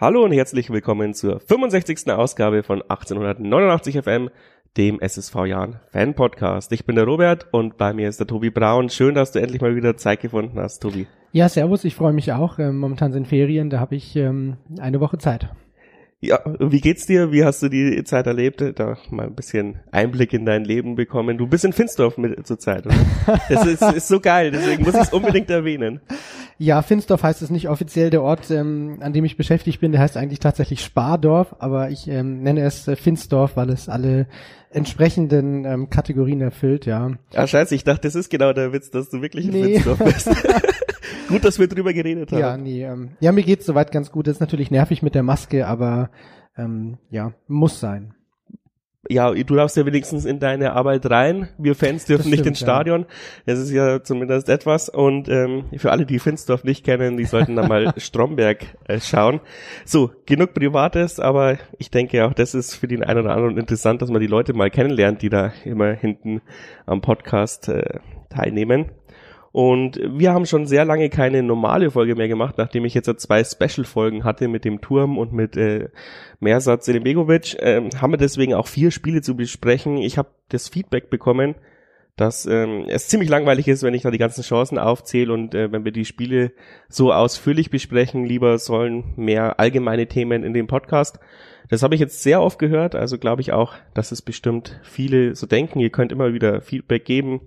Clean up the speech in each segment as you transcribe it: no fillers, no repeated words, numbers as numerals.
Hallo und herzlich willkommen zur 65. Ausgabe von 1889 FM, dem SSV Jahn Fan Podcast. Ich bin der Robert und bei mir ist der Tobi Braun. Schön, dass du endlich mal wieder Zeit gefunden hast, Tobi. Ja, servus, ich freue mich auch. Momentan sind Ferien, da habe ich eine Woche Zeit. Ja, wie geht's dir? Wie hast du die Zeit erlebt? Da mal ein bisschen Einblick in dein Leben bekommen. Du bist in Finsdorf zur Zeit, oder? Das ist so geil, deswegen muss ich es unbedingt erwähnen. Ja, Finsdorf heißt es nicht offiziell. Der Ort, an dem ich beschäftigt bin, der heißt eigentlich tatsächlich Spardorf, aber ich nenne es Finsdorf, weil es alle entsprechenden Kategorien erfüllt, ja. Ah, scheiße, ich dachte, das ist genau der Witz, dass du wirklich in Finsdorf bist. Gut, dass wir drüber geredet haben. Ja, ja, mir geht's soweit ganz gut. Das ist natürlich nervig mit der Maske, aber ja, muss sein. Ja, du darfst ja wenigstens in deine Arbeit rein. Wir Fans dürfen nicht ins Stadion. Ja. Das ist ja zumindest etwas. Und für alle, die Finsdorf nicht kennen, die sollten dann mal Stromberg schauen. So, genug Privates, aber ich denke auch, das ist für den einen oder anderen interessant, dass man die Leute mal kennenlernt, die da immer hinten am Podcast teilnehmen. Und wir haben schon sehr lange keine normale Folge mehr gemacht, nachdem ich jetzt 2 Special-Folgen hatte mit dem Turm und mit Mersat Selimovic. Haben wir deswegen auch 4 Spiele zu besprechen. Ich habe das Feedback bekommen, dass es ziemlich langweilig ist, wenn ich da die ganzen Chancen aufzähle und wenn wir die Spiele so ausführlich besprechen, lieber sollen mehr allgemeine Themen in dem Podcast. Das habe ich jetzt sehr oft gehört, also glaube ich auch, dass es bestimmt viele so denken. Ihr könnt immer wieder Feedback geben.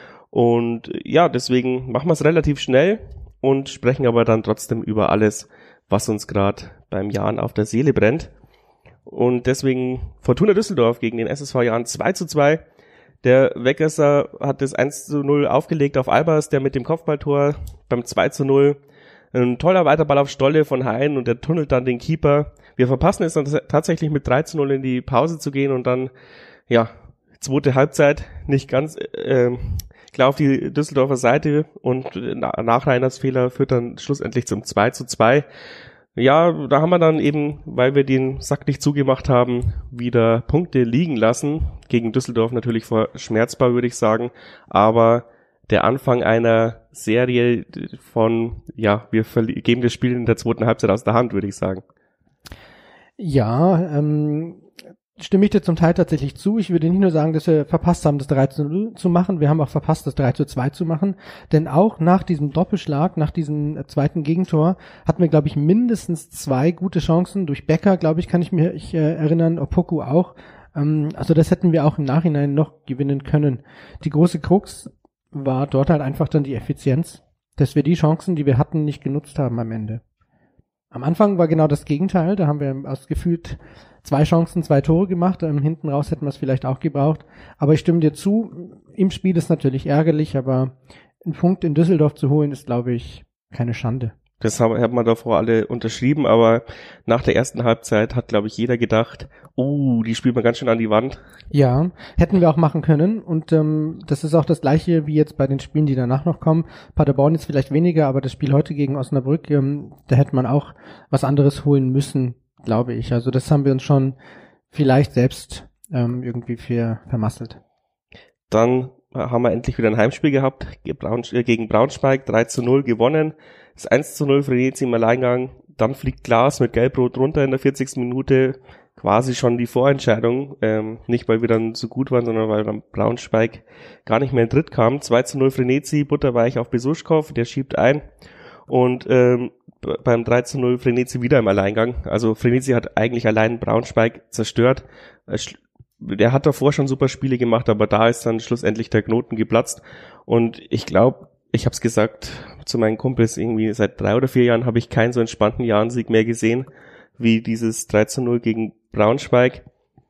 Und ja, deswegen machen wir es relativ schnell und sprechen aber dann trotzdem über alles, was uns gerade beim Jahn auf der Seele brennt. Und deswegen Fortuna Düsseldorf gegen den SSV Jahn 2:2. Der Weggesser hat das 1:0 aufgelegt auf Albers, der mit dem Kopfballtor beim 2:0. Ein toller Weiterball auf Stolle von Hein und der tunnelt dann den Keeper. Wir verpassen es dann tatsächlich mit 3:0 in die Pause zu gehen und dann, ja, zweite Halbzeit nicht ganz klar auf die Düsseldorfer Seite und nach Reiners Fehler führt dann schlussendlich zum 2:2. Ja, da haben wir dann eben, weil wir den Sack nicht zugemacht haben, wieder Punkte liegen lassen. Gegen Düsseldorf natürlich verschmerzbar, würde ich sagen. Aber der Anfang einer Serie von, ja, wir geben das Spiel in der zweiten Halbzeit aus der Hand, würde ich sagen. Ja, stimme ich dir zum Teil tatsächlich zu. Ich würde nicht nur sagen, dass wir verpasst haben, das 3:0 zu machen, wir haben auch verpasst, das 3:2 zu machen, denn auch nach diesem Doppelschlag, nach diesem zweiten Gegentor, hatten wir, glaube ich, mindestens 2 gute Chancen. Durch Becker, glaube ich, kann ich mich erinnern, Opoku auch. Also das hätten wir auch im Nachhinein noch gewinnen können. Die große Krux war dort halt einfach dann die Effizienz, dass wir die Chancen, die wir hatten, nicht genutzt haben am Ende. Am Anfang war genau das Gegenteil, da haben wir aus gefühlt 2 Chancen, 2 Tore gemacht, hinten raus hätten wir es vielleicht auch gebraucht, aber ich stimme dir zu, im Spiel ist natürlich ärgerlich, aber einen Punkt in Düsseldorf zu holen ist, glaube ich, keine Schande. Das haben wir davor alle unterschrieben, aber nach der ersten Halbzeit hat, glaube ich, jeder gedacht, die spielt man ganz schön an die Wand. Ja, hätten wir auch machen können und das ist auch das Gleiche wie jetzt bei den Spielen, die danach noch kommen. Paderborn jetzt vielleicht weniger, aber das Spiel heute gegen Osnabrück, da hätte man auch was anderes holen müssen, glaube ich. Also das haben wir uns schon vielleicht selbst irgendwie vermasselt. Dann haben wir endlich wieder ein Heimspiel gehabt gegen Braunschweig, 3:0 gewonnen. Das 1:0 Frenetzi im Alleingang. Dann fliegt Glas mit Gelb-Rot runter in der 40. Minute. Quasi schon die Vorentscheidung. Nicht, weil wir dann so gut waren, sondern weil dann Braunschweig gar nicht mehr in Dritt kam. 2:0 Frenetzi, butterweich auf Besuschkow, der schiebt ein. Und beim 3:0 Frenetzi wieder im Alleingang. Also Frenetzi hat eigentlich allein Braunschweig zerstört. Der hat davor schon super Spiele gemacht, aber da ist dann schlussendlich der Knoten geplatzt. Und ich glaube, ich habe es gesagt zu meinen Kumpels, irgendwie seit 3 oder 4 Jahren habe ich keinen so entspannten Jahrensieg mehr gesehen, wie dieses 3:0 gegen Braunschweig.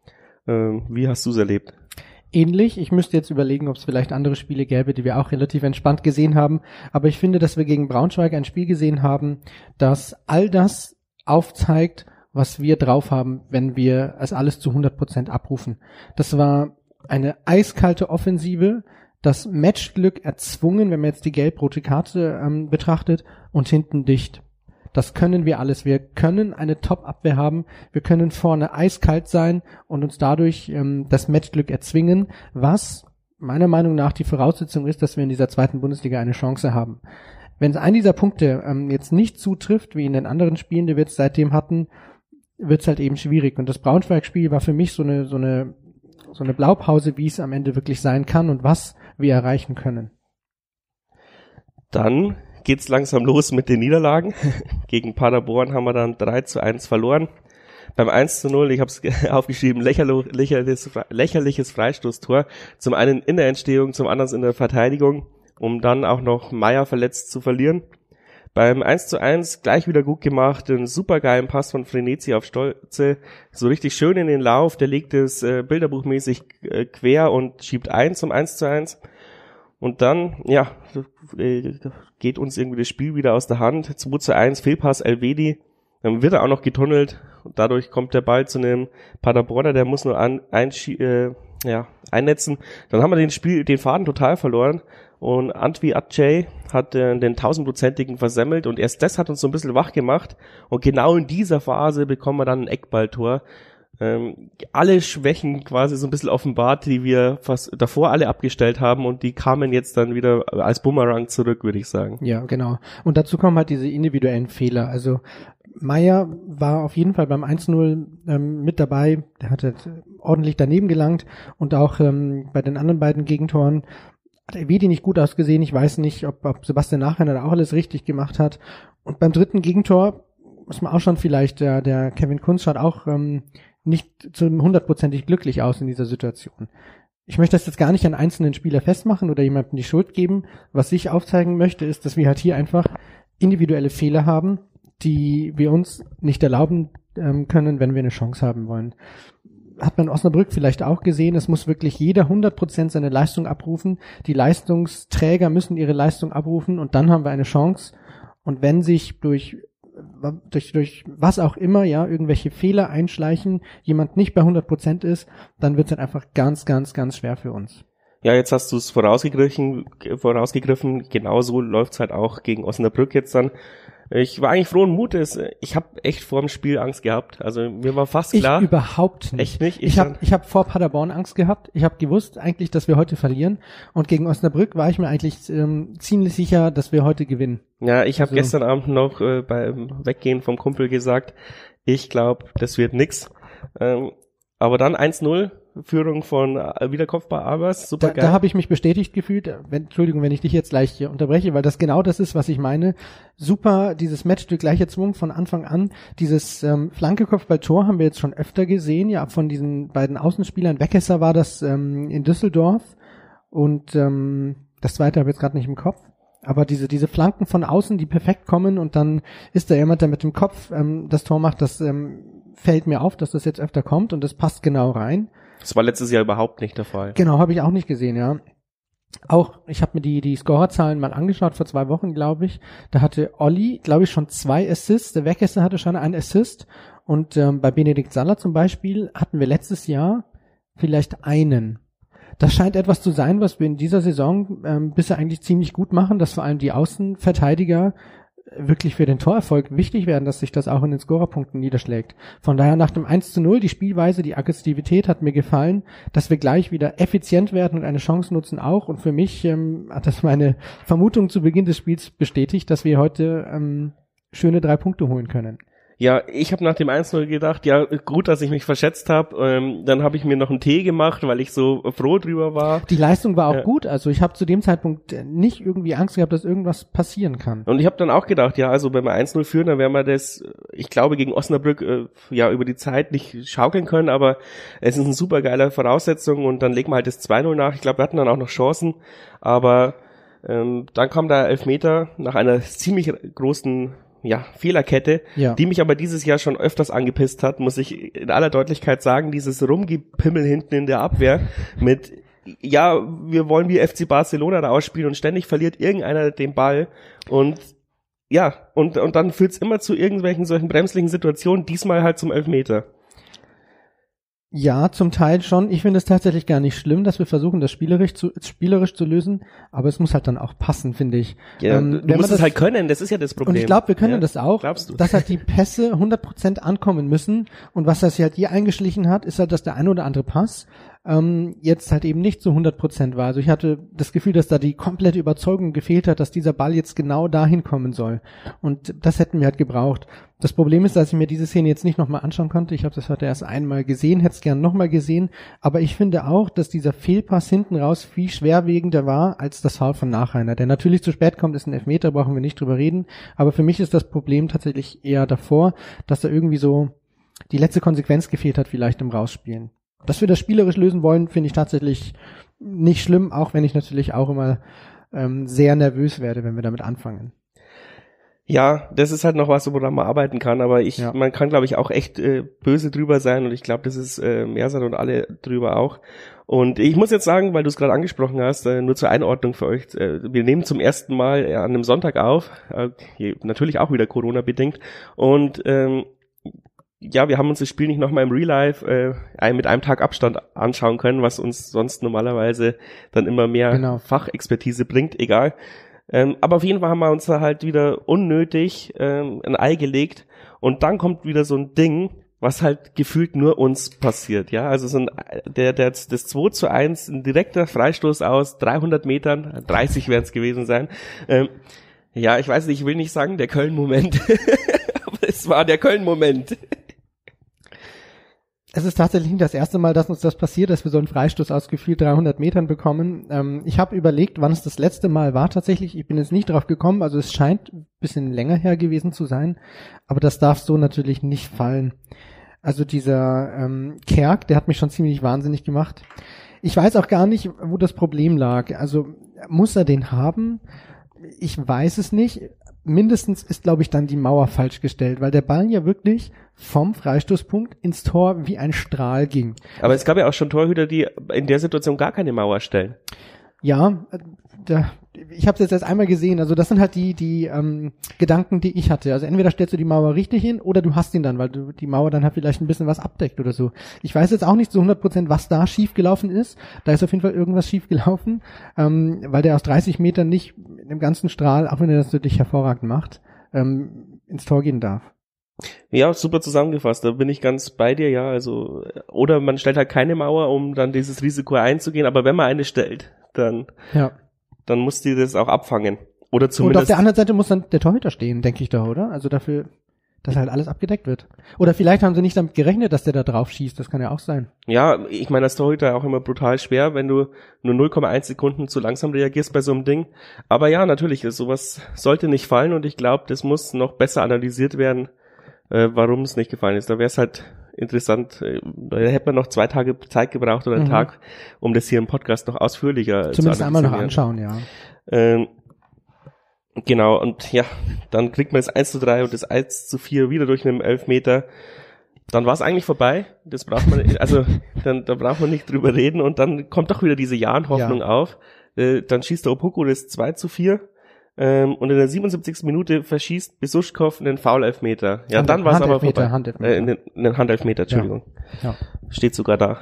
Wie hast du es erlebt? Ähnlich. Ich müsste jetzt überlegen, ob es vielleicht andere Spiele gäbe, die wir auch relativ entspannt gesehen haben. Aber ich finde, dass wir gegen Braunschweig ein Spiel gesehen haben, das all das aufzeigt, was wir drauf haben, wenn wir es alles zu 100% abrufen. Das war eine eiskalte Offensive, das Matchglück erzwungen, wenn man jetzt die gelb-rote Karte betrachtet, und hinten dicht. Das können wir alles. Wir können eine Top-Abwehr haben. Wir können vorne eiskalt sein und uns dadurch das Matchglück erzwingen, was meiner Meinung nach die Voraussetzung ist, dass wir in dieser zweiten Bundesliga eine Chance haben. Wenn es einen dieser Punkte jetzt nicht zutrifft, wie in den anderen Spielen, die wir jetzt seitdem hatten, wird es halt eben schwierig. Und das Braunschweig-Spiel war für mich so eine Blaupause, wie es am Ende wirklich sein kann und was wir erreichen können. Dann geht's langsam los mit den Niederlagen. Gegen Paderborn haben wir dann 3-1 verloren. Beim 1-0, ich habe es aufgeschrieben, lächerliches Freistoßtor. Zum einen in der Entstehung, zum anderen in der Verteidigung, um dann auch noch Meier verletzt zu verlieren. Beim 1-1 gleich wieder gut gemacht, einen supergeilen Pass von Frenetzi auf Stolze, so richtig schön in den Lauf, der legt es bilderbuchmäßig quer und schiebt ein zum 1-1. Und dann, ja, geht uns irgendwie das Spiel wieder aus der Hand. 2-1, Fehlpass Elvedi, dann wird er auch noch getunnelt und dadurch kommt der Ball zu einem Paderborner, der muss nur einnetzen. Dann haben wir den Faden total verloren und Antwi Adjei hat den 1000-prozentigen versemmelt und erst das hat uns so ein bisschen wach gemacht und genau in dieser Phase bekommen wir dann ein Eckballtor. Alle Schwächen quasi so ein bisschen offenbart, die wir fast davor alle abgestellt haben und die kamen jetzt dann wieder als Bumerang zurück, würde ich sagen. Ja, genau. Und dazu kommen halt diese individuellen Fehler. Also Meier war auf jeden Fall beim 1-0 mit dabei, der hat halt ordentlich daneben gelangt und auch bei den anderen beiden Gegentoren hat Elvedi nicht gut ausgesehen. Ich weiß nicht, ob Sebastian Nachreiner da auch alles richtig gemacht hat. Und beim dritten Gegentor muss man auch schon vielleicht, der Kevin Kunz schaut auch nicht zu 100%ig glücklich aus in dieser Situation. Ich möchte das jetzt gar nicht an einzelnen Spieler festmachen oder jemandem die Schuld geben. Was ich aufzeigen möchte, ist, dass wir halt hier einfach individuelle Fehler haben, die wir uns nicht erlauben können, wenn wir eine Chance haben wollen. Hat man in Osnabrück vielleicht auch gesehen, es muss wirklich jeder 100% seine Leistung abrufen. Die Leistungsträger müssen ihre Leistung abrufen und dann haben wir eine Chance. Und wenn sich durch was auch immer, ja, irgendwelche Fehler einschleichen, jemand nicht bei 100% ist, dann wird es halt einfach ganz, ganz, ganz schwer für uns. Ja, jetzt hast du es vorausgegriffen, genauso läuft's halt auch gegen Osnabrück jetzt dann. Ich war eigentlich frohen Mutes. Ich habe echt vor dem Spiel Angst gehabt. Also mir war fast klar. Ich überhaupt nicht. Echt nicht? Ich hab vor Paderborn Angst gehabt. Ich habe gewusst eigentlich, dass wir heute verlieren. Und gegen Osnabrück war ich mir eigentlich ziemlich sicher, dass wir heute gewinnen. Ja, ich habe gestern Abend noch beim Weggehen vom Kumpel gesagt, ich glaube, das wird nix. Aber dann 1-0. Führung von wieder Kopfball Albers, super geil. Da habe ich mich bestätigt gefühlt, Entschuldigung, wenn ich dich jetzt gleich hier unterbreche, weil das genau das ist, was ich meine. Super, dieses Matchstück gleich erzwungen von Anfang an. Dieses Flanke-Kopfball-Tor haben wir jetzt schon öfter gesehen, ja, von diesen beiden Außenspielern. Weckesser war das in Düsseldorf und das zweite habe ich jetzt gerade nicht im Kopf. Aber diese Flanken von außen, die perfekt kommen und dann ist da jemand, der mit dem Kopf das Tor macht, das fällt mir auf, dass das jetzt öfter kommt und das passt genau rein. Das war letztes Jahr überhaupt nicht der Fall. Genau, habe ich auch nicht gesehen, ja. Auch, ich habe mir die Scorerzahlen mal angeschaut vor 2 Wochen, glaube ich. Da hatte Olli, glaube ich, schon 2 Assists. Der Weckesser hatte schon einen Assist. Und bei Benedikt Saller zum Beispiel hatten wir letztes Jahr vielleicht einen. Das scheint etwas zu sein, was wir in dieser Saison bisher eigentlich ziemlich gut machen, dass vor allem die Außenverteidiger wirklich für den Torerfolg wichtig werden, dass sich das auch in den Scorerpunkten niederschlägt. Von daher nach dem 1-0, die Spielweise, die Aggressivität hat mir gefallen, dass wir gleich wieder effizient werden und eine Chance nutzen auch. Und für mich hat das meine Vermutung zu Beginn des Spiels bestätigt, dass wir heute schöne 3 Punkte holen können. Ja, ich habe nach dem 1-0 gedacht, ja gut, dass ich mich verschätzt habe. Dann habe ich mir noch einen Tee gemacht, weil ich so froh drüber war. Die Leistung war auch gut, also ich habe zu dem Zeitpunkt nicht irgendwie Angst gehabt, dass irgendwas passieren kann. Und ich habe dann auch gedacht, ja, also wenn wir 1-0 führen, dann werden wir das, ich glaube, gegen Osnabrück über die Zeit nicht schaukeln können, aber es ist eine super geile Voraussetzung und dann legen wir halt das 2-0 nach. Ich glaube, wir hatten dann auch noch Chancen, aber dann kam der Elfmeter nach einer ziemlich großen Fehlerkette, die mich aber dieses Jahr schon öfters angepisst hat, muss ich in aller Deutlichkeit sagen, dieses Rumgepimmel hinten in der Abwehr mit, wir wollen wie FC Barcelona da ausspielen und ständig verliert irgendeiner den Ball und dann führt's immer zu irgendwelchen solchen bremslichen Situationen, diesmal halt zum Elfmeter. Ja, zum Teil schon. Ich finde es tatsächlich gar nicht schlimm, dass wir versuchen, das spielerisch zu lösen, aber es muss halt dann auch passen, finde ich. Ja, du musst es halt können, das ist ja das Problem. Und ich glaube, wir können das auch, glaubst du? Dass halt die Pässe 100% ankommen müssen und was das halt hier eingeschlichen hat, ist halt, dass der ein oder andere Pass jetzt halt eben nicht zu 100% war. Also ich hatte das Gefühl, dass da die komplette Überzeugung gefehlt hat, dass dieser Ball jetzt genau dahin kommen soll. Und das hätten wir halt gebraucht. Das Problem ist, dass ich mir diese Szene jetzt nicht nochmal anschauen konnte. Ich habe das heute erst einmal gesehen, hätte es gern nochmal gesehen. Aber ich finde auch, dass dieser Fehlpass hinten raus viel schwerwiegender war als das Foul von Nachreiner. Der natürlich zu spät kommt, ist ein Elfmeter, brauchen wir nicht drüber reden. Aber für mich ist das Problem tatsächlich eher davor, dass da irgendwie so die letzte Konsequenz gefehlt hat, vielleicht im Rausspielen. Dass wir das spielerisch lösen wollen, finde ich tatsächlich nicht schlimm, auch wenn ich natürlich auch immer sehr nervös werde, wenn wir damit anfangen. Ja, das ist halt noch was, woran man arbeiten kann, aber man kann, glaube ich, auch echt böse drüber sein und ich glaube, das ist Mersat und alle drüber auch. Und ich muss jetzt sagen, weil du es gerade angesprochen hast, nur zur Einordnung für euch, wir nehmen zum ersten Mal an einem Sonntag auf, natürlich auch wieder Corona-bedingt und ja, wir haben uns das Spiel nicht nochmal im Real Life mit einem Tag Abstand anschauen können, was uns sonst normalerweise dann immer mehr Fachexpertise bringt, egal. Aber auf jeden Fall haben wir uns da halt wieder unnötig ein Ei gelegt und dann kommt wieder so ein Ding, was halt gefühlt nur uns passiert, ja, also so das 2:1, ein direkter Freistoß aus 300 Metern, 30 werden es gewesen sein, ja, ich weiß nicht, ich will nicht sagen, der Köln-Moment, aber es war der Köln-Moment. Es ist tatsächlich nicht das erste Mal, dass uns das passiert, dass wir so einen Freistoß aus gefühlt 300 Metern bekommen. Ich habe überlegt, wann es das letzte Mal war tatsächlich. Ich bin jetzt nicht drauf gekommen, also es scheint ein bisschen länger her gewesen zu sein, aber das darf so natürlich nicht fallen. Also dieser Kerk, der hat mich schon ziemlich wahnsinnig gemacht. Ich weiß auch gar nicht, wo das Problem lag. Also muss er den haben? Ich weiß es nicht. Mindestens ist, glaube ich, dann die Mauer falsch gestellt, weil der Ball ja wirklich vom Freistoßpunkt ins Tor wie ein Strahl ging. Aber es gab ja auch schon Torhüter, die in der Situation gar keine Mauer stellen. Ja, ich habe es jetzt erst einmal gesehen. Also das sind halt die Gedanken, die ich hatte. Also entweder stellst du die Mauer richtig hin oder du hast ihn dann, weil du die Mauer dann halt vielleicht ein bisschen was abdeckt oder so. Ich weiß jetzt auch nicht zu 100%, was da schiefgelaufen ist. Da ist auf jeden Fall irgendwas schiefgelaufen, weil der aus 30 Metern nicht im ganzen Strahl, auch wenn er das natürlich hervorragend macht, ins Tor gehen darf. Ja, super zusammengefasst, da bin ich ganz bei dir, ja, also, oder man stellt halt keine Mauer, um dann dieses Risiko einzugehen, aber wenn man eine stellt, dann muss die das auch abfangen. Oder zumindest. Und auf der anderen Seite muss dann der Torhüter stehen, denke ich doch, oder? Also dafür, dass halt alles abgedeckt wird. Oder vielleicht haben sie nicht damit gerechnet, dass der da drauf schießt, das kann ja auch sein. Ja, ich meine, als Torhüter auch immer brutal schwer, wenn du nur 0,1 Sekunden zu langsam reagierst bei so einem Ding. Aber ja, natürlich, sowas sollte nicht fallen und ich glaube, das muss noch besser analysiert werden, warum es nicht gefallen ist. Da wäre es halt interessant, da hätte man noch 2 Tage Zeit gebraucht oder einen Tag, um das hier im Podcast noch ausführlicher zumindest einmal noch anschauen, ja. Genau, und ja, dann kriegt man das 1:3 und das 1:4 wieder durch einen Elfmeter. Dann war es eigentlich vorbei. Das braucht man, also da braucht man nicht drüber reden und dann kommt doch wieder diese Jahn-Hoffnung auf. Dann schießt der Opoku das 2:4. Und in der 77. Minute verschießt Besuschkow einen Foul-Elfmeter. Ja, dann war es aber vorbei. Einen Handelfmeter, Entschuldigung. Ja. Steht sogar da.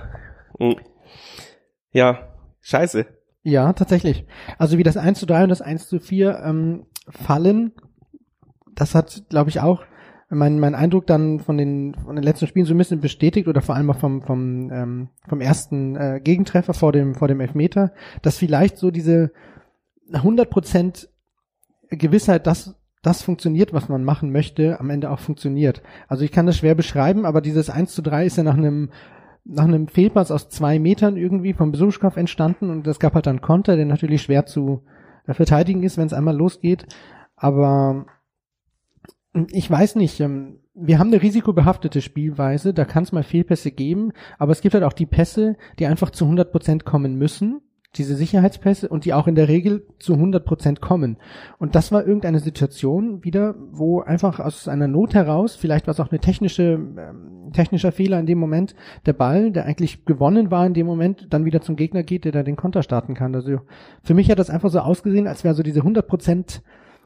Ja, scheiße. Ja, tatsächlich. Also wie das 1:3 und das 1:4 fallen, das hat, glaube ich, auch mein Eindruck dann von den letzten Spielen so ein bisschen bestätigt oder vor allem auch vom ersten Gegentreffer vor dem Elfmeter, dass vielleicht so diese 100% Gewissheit, dass das funktioniert, was man machen möchte, am Ende auch funktioniert. Also ich kann das schwer beschreiben, aber dieses 1:3 ist ja nach einem Fehlpass aus 2 Metern irgendwie vom Besuschkow entstanden und es gab halt dann Konter, der natürlich schwer zu verteidigen ist, wenn es einmal losgeht. Aber ich weiß nicht, wir haben eine risikobehaftete Spielweise, da kann es mal Fehlpässe geben, aber es gibt halt auch die Pässe, die einfach zu 100% kommen müssen, diese Sicherheitspässe, und die auch in der Regel zu 100% kommen. Und das war irgendeine Situation wieder, wo einfach aus einer Not heraus, vielleicht war es auch eine technischer Fehler in dem Moment, der Ball, der eigentlich gewonnen war in dem Moment, dann wieder zum Gegner geht, der da den Konter starten kann. Also für mich hat das einfach so ausgesehen, als wäre so diese 100%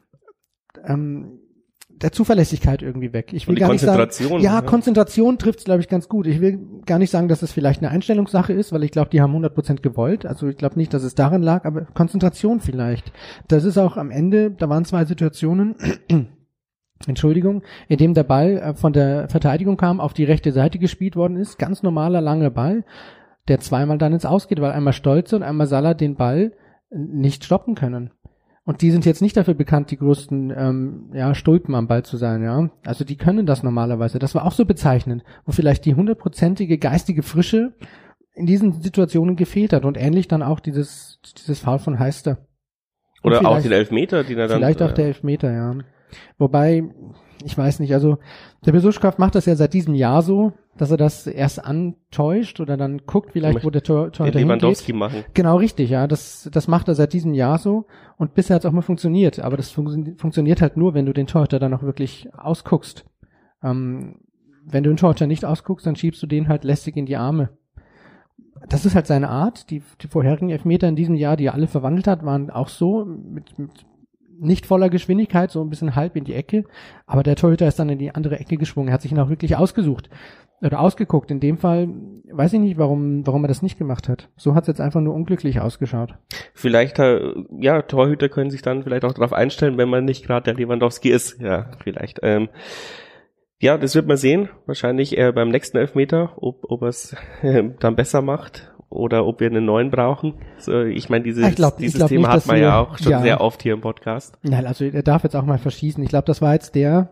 der Zuverlässigkeit irgendwie weg. Ich will gar nicht sagen, Konzentration trifft es, glaube ich, ganz gut. Ich will gar nicht sagen, dass es vielleicht eine Einstellungssache ist, weil ich glaube, die haben 100% gewollt. Also ich glaube nicht, dass es daran lag, aber Konzentration vielleicht. Das ist auch am Ende, da waren 2 Situationen, Entschuldigung, in dem der Ball von der Verteidigung kam, auf die rechte Seite gespielt worden ist. Ganz normaler, langer Ball. der zweimal dann ins Ausgeht, weil einmal Stolze und einmal Salah den Ball nicht stoppen können. Und die sind jetzt nicht dafür bekannt, die größten Stulpen am Ball zu sein, ja. Also die können das normalerweise. Das war auch so bezeichnend, wo vielleicht die 100%ige geistige Frische in diesen Situationen gefehlt hat. Und ähnlich dann auch dieses Foul von Heister. Oder auch den Elfmeter, den er dann... Vielleicht auch der Elfmeter, ja. Wobei, ich weiß nicht, also der Besuschkraft macht das ja seit diesem Jahr so, dass er das erst antäuscht oder dann guckt vielleicht, wo der Torhüter Lewandowski hingeht. Machen. Genau, richtig, ja. Das macht er seit diesem Jahr so und bisher hat es auch mal funktioniert. Aber das funktioniert halt nur, wenn du den Torhüter dann auch wirklich ausguckst. Wenn du den Torhüter nicht ausguckst, dann schiebst du den halt lästig in die Arme. Das ist halt seine Art. Die vorherigen Elfmeter in diesem Jahr, die er alle verwandelt hat, waren auch so mit nicht voller Geschwindigkeit, so ein bisschen halb in die Ecke, aber der Torhüter ist dann in die andere Ecke geschwungen. Er hat sich ihn auch wirklich ausgesucht oder ausgeguckt. In dem Fall weiß ich nicht, warum er das nicht gemacht hat. So hat es jetzt einfach nur unglücklich ausgeschaut. Vielleicht, Torhüter können sich dann vielleicht auch darauf einstellen, wenn man nicht gerade der Lewandowski ist. Ja, vielleicht. Das wird man sehen. Wahrscheinlich eher beim nächsten Elfmeter, ob er es dann besser macht. Oder ob wir einen neuen brauchen. So, ich meine, dieses Thema nicht, hat man ja auch schon sehr oft hier im Podcast. Nein, also er darf jetzt auch mal verschießen. Ich glaube, das war jetzt der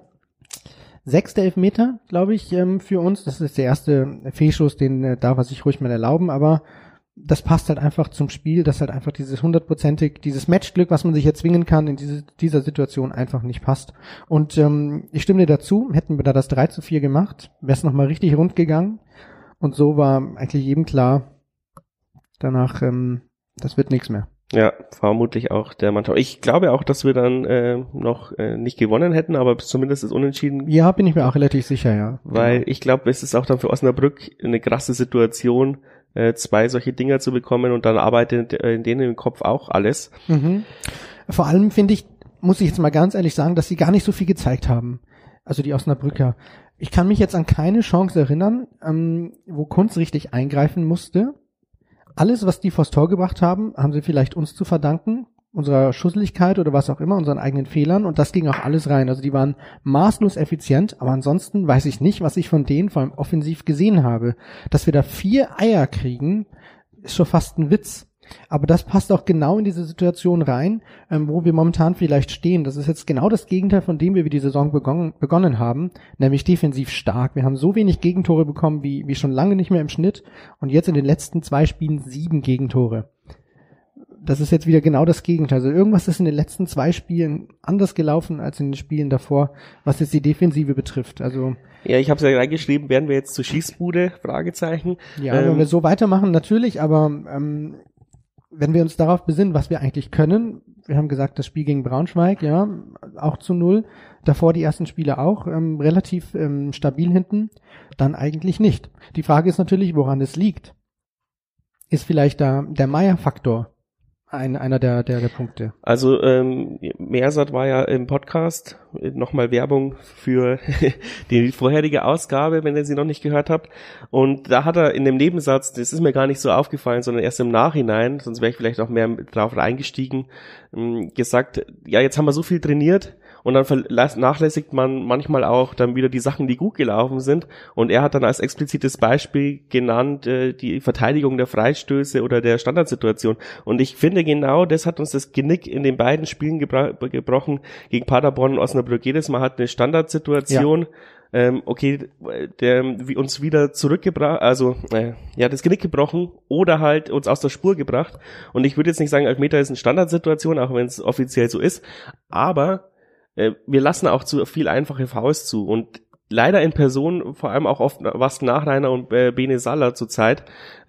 6. Elfmeter, glaube ich, für uns. Das ist der erste Fehlschuss, den darf er sich ruhig mal erlauben, aber das passt halt einfach zum Spiel, dass halt einfach dieses 100%, dieses Matchglück, was man sich erzwingen kann, in dieser Situation einfach nicht passt. Und ich stimme dir dazu, hätten wir da das 3:4 gemacht, wäre es nochmal richtig rund gegangen. Und so war eigentlich jedem klar, danach, das wird nichts mehr. Ja, vermutlich auch der Mannschaft. Ich glaube auch, dass wir dann noch nicht gewonnen hätten, aber zumindest ist unentschieden. Ja, bin ich mir auch relativ sicher, ja. Weil ich glaube, es ist auch dann für Osnabrück eine krasse Situation, 2 solche Dinger zu bekommen und dann arbeitet in denen im Kopf auch alles. Mhm. Vor allem finde ich, muss ich jetzt mal ganz ehrlich sagen, dass sie gar nicht so viel gezeigt haben. Also die Osnabrücker. Ich kann mich jetzt an keine Chance erinnern, wo Kunz richtig eingreifen musste. Alles, was die vors Tor gebracht haben, haben sie vielleicht uns zu verdanken, unserer Schusseligkeit oder was auch immer, unseren eigenen Fehlern, und das ging auch alles rein. Also die waren maßlos effizient, aber ansonsten weiß ich nicht, was ich von denen vor allem offensiv gesehen habe. Dass wir da 4 Eier kriegen, ist schon fast ein Witz. Aber das passt auch genau in diese Situation rein, wo wir momentan vielleicht stehen. Das ist jetzt genau das Gegenteil von dem, wie wir die Saison begonnen haben, nämlich defensiv stark. Wir haben so wenig Gegentore bekommen wie schon lange nicht mehr im Schnitt und jetzt in den letzten 2 Spielen 7 Gegentore. Das ist jetzt wieder genau das Gegenteil. Also irgendwas ist in den letzten 2 Spielen anders gelaufen als in den Spielen davor, was jetzt die Defensive betrifft. Also ja, ich habe es ja reingeschrieben, werden wir jetzt zur Schießbude? Fragezeichen. Ja, wenn wir so weitermachen, natürlich, aber wenn wir uns darauf besinnen, was wir eigentlich können, wir haben gesagt, das Spiel gegen Braunschweig, ja, auch zu 0, davor die ersten Spiele auch, relativ stabil hinten, dann eigentlich nicht. Die Frage ist natürlich, woran es liegt. Ist vielleicht da der Meier-Faktor einer der Punkte? Also Meersat war ja im Podcast, nochmal Werbung für die vorherige Ausgabe, wenn ihr sie noch nicht gehört habt, und da hat er in dem Nebensatz, das ist mir gar nicht so aufgefallen, sondern erst im Nachhinein, sonst wäre ich vielleicht auch mehr drauf reingestiegen, gesagt, ja, jetzt haben wir so viel trainiert, und dann vernachlässigt man manchmal auch dann wieder die Sachen, die gut gelaufen sind. Und er hat dann als explizites Beispiel genannt die Verteidigung der Freistöße oder der Standardsituation. Und ich finde, genau das hat uns das Genick in den beiden Spielen gebrochen, gegen Paderborn und Osnabrück. Jedes Mal hat eine Standardsituation uns wieder zurückgebracht, das Genick gebrochen oder halt uns aus der Spur gebracht. Und ich würde jetzt nicht sagen, Elfmeter ist eine Standardsituation, auch wenn es offiziell so ist, aber wir lassen auch zu viel einfache Fouls zu, und leider in Person, vor allem auch oft Wastel Nachreiner und Bene Salah zurzeit.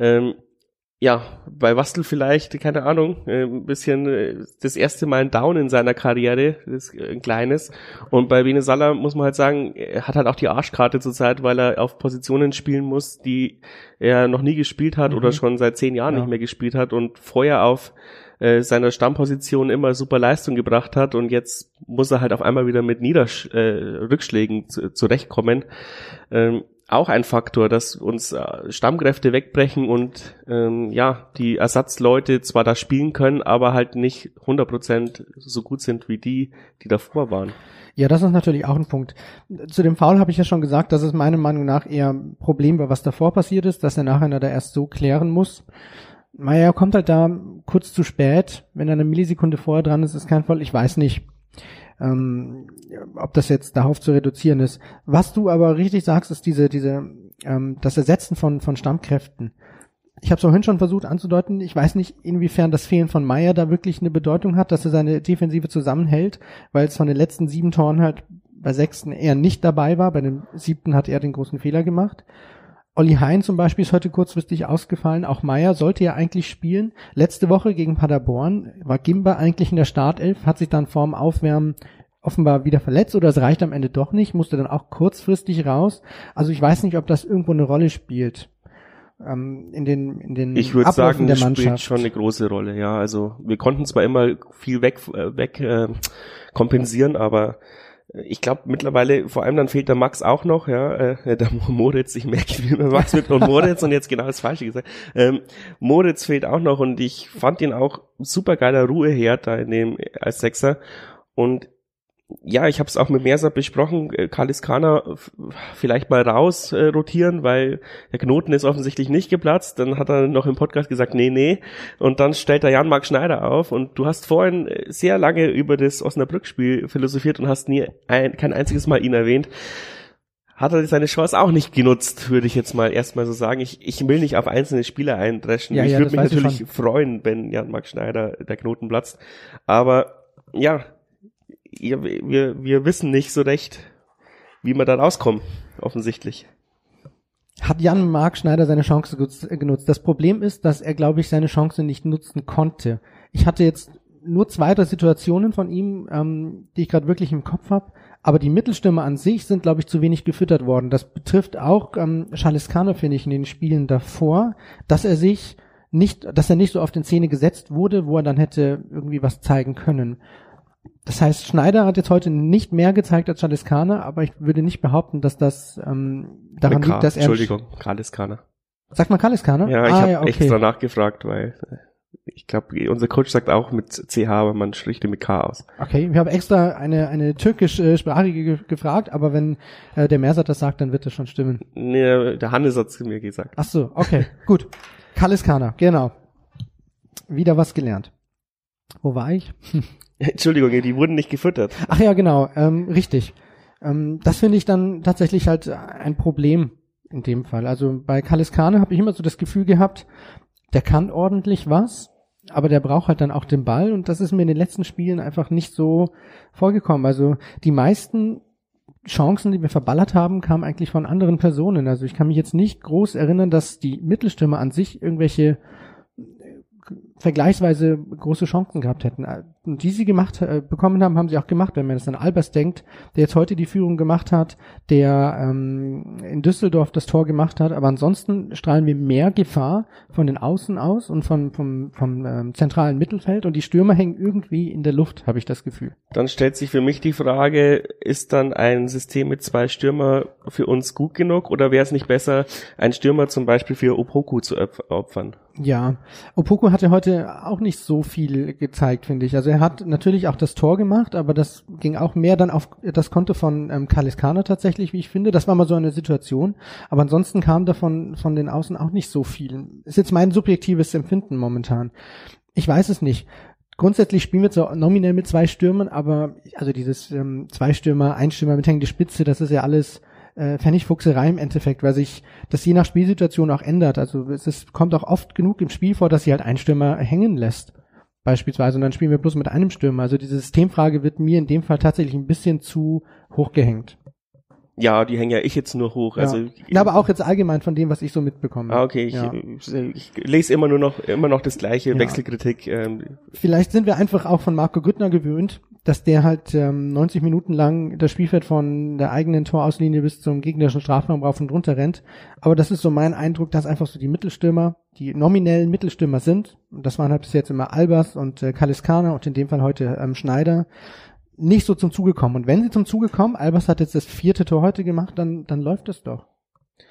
Bei Wastel vielleicht, keine Ahnung, ein bisschen das erste Mal ein Down in seiner Karriere, das ein kleines. Und bei Bene Salah muss man halt sagen, er hat halt auch die Arschkarte zurzeit, weil er auf Positionen spielen muss, die er noch nie gespielt hat oder schon seit 10 Jahren nicht mehr gespielt hat und vorher auf seiner Stammposition immer super Leistung gebracht hat, und jetzt muss er halt auf einmal wieder mit Rückschlägen zurechtkommen. auch ein Faktor, dass uns Stammkräfte wegbrechen und die Ersatzleute zwar da spielen können, aber halt nicht 100% so gut sind wie die davor waren. Ja, das ist natürlich auch ein Punkt. Zu dem Foul habe ich ja schon gesagt, dass es meiner Meinung nach eher ein Problem war, was davor passiert ist, dass der Nachhinein da erst so klären muss. Naja, kommt halt da kurz zu spät, wenn er eine Millisekunde vorher dran ist kein Foul. Ich weiß nicht, ob das jetzt darauf zu reduzieren ist. Was du aber richtig sagst, ist das Ersetzen von Stammkräften. Ich habe es vorhin schon versucht anzudeuten, ich weiß nicht, inwiefern das Fehlen von Meier da wirklich eine Bedeutung hat, dass er seine Defensive zusammenhält, weil es von den letzten 7 Toren halt bei 6. er nicht dabei war, bei dem 7. hat er den großen Fehler gemacht. Olli Hein zum Beispiel ist heute kurzfristig ausgefallen, auch Meier sollte ja eigentlich spielen. Letzte Woche gegen Paderborn war Gimba eigentlich in der Startelf, hat sich dann vorm Aufwärmen offenbar wieder verletzt oder es reicht am Ende doch nicht, musste dann auch kurzfristig raus. Also ich weiß nicht, ob das irgendwo eine Rolle spielt. In den ich würde sagen, der das Mannschaft. Spielt schon eine große Rolle, ja. Also wir konnten zwar immer viel weg kompensieren, aber ich glaube mittlerweile, vor allem dann fehlt der Max auch noch, ja, der Moritz, ich merke, wie immer Max wird und Moritz und jetzt genau das Falsche gesagt. Moritz fehlt auch noch und ich fand ihn auch super geiler Ruheherd da als Sechser und ja, ich habe es auch mit Mersat besprochen, Kalis Kana vielleicht mal raus rotieren, weil der Knoten ist offensichtlich nicht geplatzt. Dann hat er noch im Podcast gesagt, nee. Und dann stellt er Jan-Marc Schneider auf. Und du hast vorhin sehr lange über das Osnabrück-Spiel philosophiert und hast kein einziges Mal ihn erwähnt. Hat er seine Chance auch nicht genutzt, würde ich jetzt mal erstmal so sagen. Ich will nicht auf einzelne Spieler eindreschen. Ich würde mich natürlich freuen, wenn Jan-Marc Schneider der Knoten platzt. Aber ja, wir wissen nicht so recht, wie wir da rauskommen, offensichtlich. Hat Jan-Marc Schneider seine Chance genutzt? Das Problem ist, dass er, glaube ich, seine Chance nicht nutzen konnte. Ich hatte jetzt nur 2, 3 Situationen von ihm, die ich gerade wirklich im Kopf habe, aber die Mittelstürmer an sich sind, glaube ich, zu wenig gefüttert worden. Das betrifft auch Charles Kana, finde ich, in den Spielen davor, dass er nicht so auf den Szene gesetzt wurde, wo er dann hätte irgendwie was zeigen können. Das heißt, Schneider hat jetzt heute nicht mehr gezeigt als Charles Kana, aber ich würde nicht behaupten, dass das daran liegt, dass er... Entschuldigung, Charles Kana. Sagt man Charles Kana? Ja, ich habe extra nachgefragt, weil ich glaube, unser Coach sagt auch mit CH, aber man spricht mit K aus. Okay, wir haben extra eine türkischsprachige gefragt, aber wenn der Mersat das sagt, dann wird das schon stimmen. Nee, der Hannes hat es mir gesagt. Ach so, okay, gut. Charles Kana, genau. Wieder was gelernt. Wo war ich? Entschuldigung, die wurden nicht gefüttert. Ach ja, genau, richtig. Das finde ich dann tatsächlich halt ein Problem in dem Fall. Also bei Charles Kana habe ich immer so das Gefühl gehabt, der kann ordentlich was, aber der braucht halt dann auch den Ball und das ist mir in den letzten Spielen einfach nicht so vorgekommen. Also die meisten Chancen, die wir verballert haben, kamen eigentlich von anderen Personen. Also ich kann mich jetzt nicht groß erinnern, dass die Mittelstürmer an sich irgendwelche vergleichsweise große Chancen gehabt hätten. Und die sie bekommen haben, haben sie auch gemacht, wenn man das an Albers denkt, der jetzt heute die Führung gemacht hat, der in Düsseldorf das Tor gemacht hat, aber ansonsten strahlen wir mehr Gefahr von den Außen aus und vom zentralen Mittelfeld und die Stürmer hängen irgendwie in der Luft, habe ich das Gefühl. Dann stellt sich für mich die Frage, ist dann ein System mit 2 Stürmer für uns gut genug oder wäre es nicht besser, einen Stürmer zum Beispiel für Opoku zu opfern? Ja, Opoku hatte heute auch nicht so viel gezeigt, finde ich. Also er hat natürlich auch das Tor gemacht, aber das ging auch mehr dann auf das Konto von Charles Kana tatsächlich, wie ich finde. Das war mal so eine Situation. Aber ansonsten kam davon von den Außen auch nicht so viel. Ist jetzt mein subjektives Empfinden momentan. Ich weiß es nicht. Grundsätzlich spielen wir so nominell mit 2 Stürmern, aber also dieses 2 Stürmer, 1 Stürmer mit hängende Spitze, das ist ja alles Pfennigfuchserei im Endeffekt, weil sich das je nach Spielsituation auch ändert. Also kommt auch oft genug im Spiel vor, dass sie halt einen Stürmer hängen lässt, beispielsweise, und dann spielen wir bloß mit einem Stürmer. Also diese Systemfrage wird mir in dem Fall tatsächlich ein bisschen zu hoch gehängt. Ja, die hängen ja ich jetzt nur hoch. Ja. Also ja, aber auch jetzt allgemein von dem, was ich so mitbekomme. Ah, okay. Ich lese immer noch das Gleiche, ja. Wechselkritik. Vielleicht sind wir einfach auch von Marco Grüttner gewöhnt, dass der halt 90 Minuten lang das Spielfeld von der eigenen Torauslinie bis zum gegnerischen Strafraum rauf und runter rennt. Aber das ist so mein Eindruck, dass einfach so die Mittelstürmer, die nominellen Mittelstürmer sind, und das waren halt bis jetzt immer Albers und Charles Kana und in dem Fall heute Schneider, nicht so zum Zuge kommen. Und wenn sie zum Zuge kommen, Albers hat jetzt das 4. Tor heute gemacht, dann läuft es doch.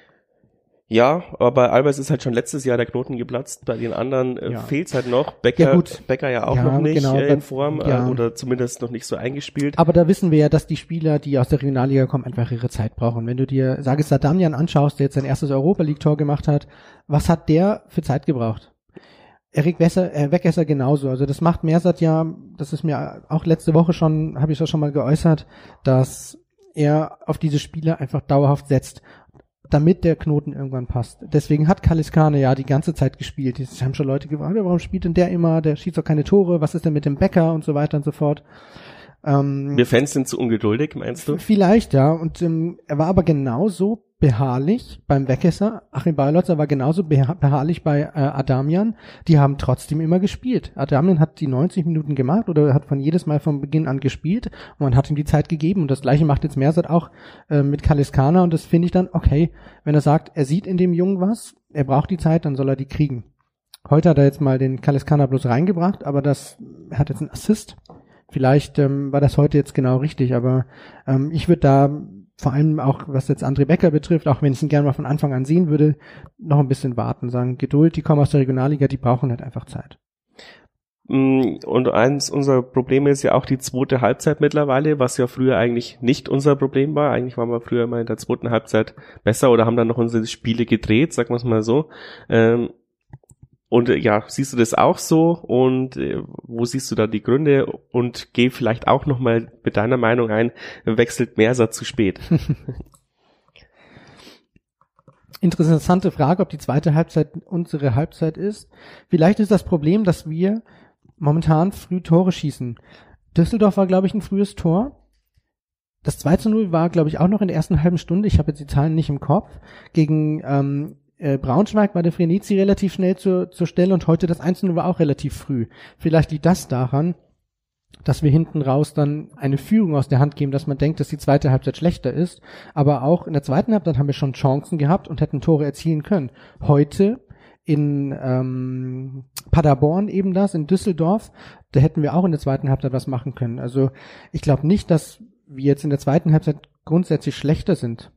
Ja, aber bei Albers ist halt schon letztes Jahr der Knoten geplatzt, bei den anderen fehlt's halt noch. Becker ja auch noch nicht genau, in Form oder zumindest noch nicht so eingespielt. Aber da wissen wir ja, dass die Spieler, die aus der Regionalliga kommen, einfach ihre Zeit brauchen. Wenn du dir Sagis Adamian anschaust, der jetzt sein erstes Europa-League-Tor gemacht hat, was hat der für Zeit gebraucht? Erik Wegesser genauso. Also das macht Mersat ja, das ist mir auch letzte Woche schon, habe ich das schon mal geäußert, dass er auf diese Spieler einfach dauerhaft setzt, damit der Knoten irgendwann passt. Deswegen hat Kaliskane ja die ganze Zeit gespielt. Es haben schon Leute gefragt, warum spielt denn der immer? Der schießt doch keine Tore. Was ist denn mit dem Becker und so weiter und so fort. Wir Fans sind zu ungeduldig, meinst du? Vielleicht, ja. Und er war aber genauso beharrlich beim Wegesser. Achim Bayerlotzer war genauso beharrlich bei Adamian. Die haben trotzdem immer gespielt. Adamian hat die 90 Minuten gemacht oder hat von jedes Mal von Beginn an gespielt und man hat ihm die Zeit gegeben. Und das Gleiche macht jetzt Mersat auch mit Kaliskana. Und das finde ich dann okay, wenn er sagt, er sieht in dem Jungen was, er braucht die Zeit, dann soll er die kriegen. Heute hat er jetzt mal den Kaliskana bloß reingebracht, aber das hat jetzt einen Assist. Vielleicht war das heute jetzt genau richtig, aber ich würde da vor allem auch, was jetzt André Becker betrifft, auch wenn ich ihn gerne mal von Anfang an sehen würde, noch ein bisschen warten, sagen, Geduld, die kommen aus der Regionalliga, die brauchen halt einfach Zeit. Und eins unserer Probleme ist ja auch die zweite Halbzeit mittlerweile, was ja früher eigentlich nicht unser Problem war. Eigentlich waren wir früher immer in der zweiten Halbzeit besser oder haben dann noch unsere Spiele gedreht, sagen wir es mal so. Und siehst du das auch so und wo siehst du da die Gründe und geh vielleicht auch nochmal mit deiner Meinung ein, wechselt Mersat zu spät? Interessante Frage, ob die zweite Halbzeit unsere Halbzeit ist. Vielleicht ist das Problem, dass wir momentan früh Tore schießen. Düsseldorf war, glaube ich, ein frühes Tor. Das 2:0 war, glaube ich, auch noch in der ersten halben Stunde. Ich habe jetzt die Zahlen nicht im Kopf. Gegen Braunschweig war der Frenizi relativ schnell zur Stelle und heute das 1:0 war auch relativ früh. Vielleicht liegt das daran, dass wir hinten raus dann eine Führung aus der Hand geben, dass man denkt, dass die zweite Halbzeit schlechter ist. Aber auch in der zweiten Halbzeit haben wir schon Chancen gehabt und hätten Tore erzielen können. Heute in Paderborn eben das, in Düsseldorf, da hätten wir auch in der zweiten Halbzeit was machen können. Also ich glaube nicht, dass wir jetzt in der zweiten Halbzeit grundsätzlich schlechter sind.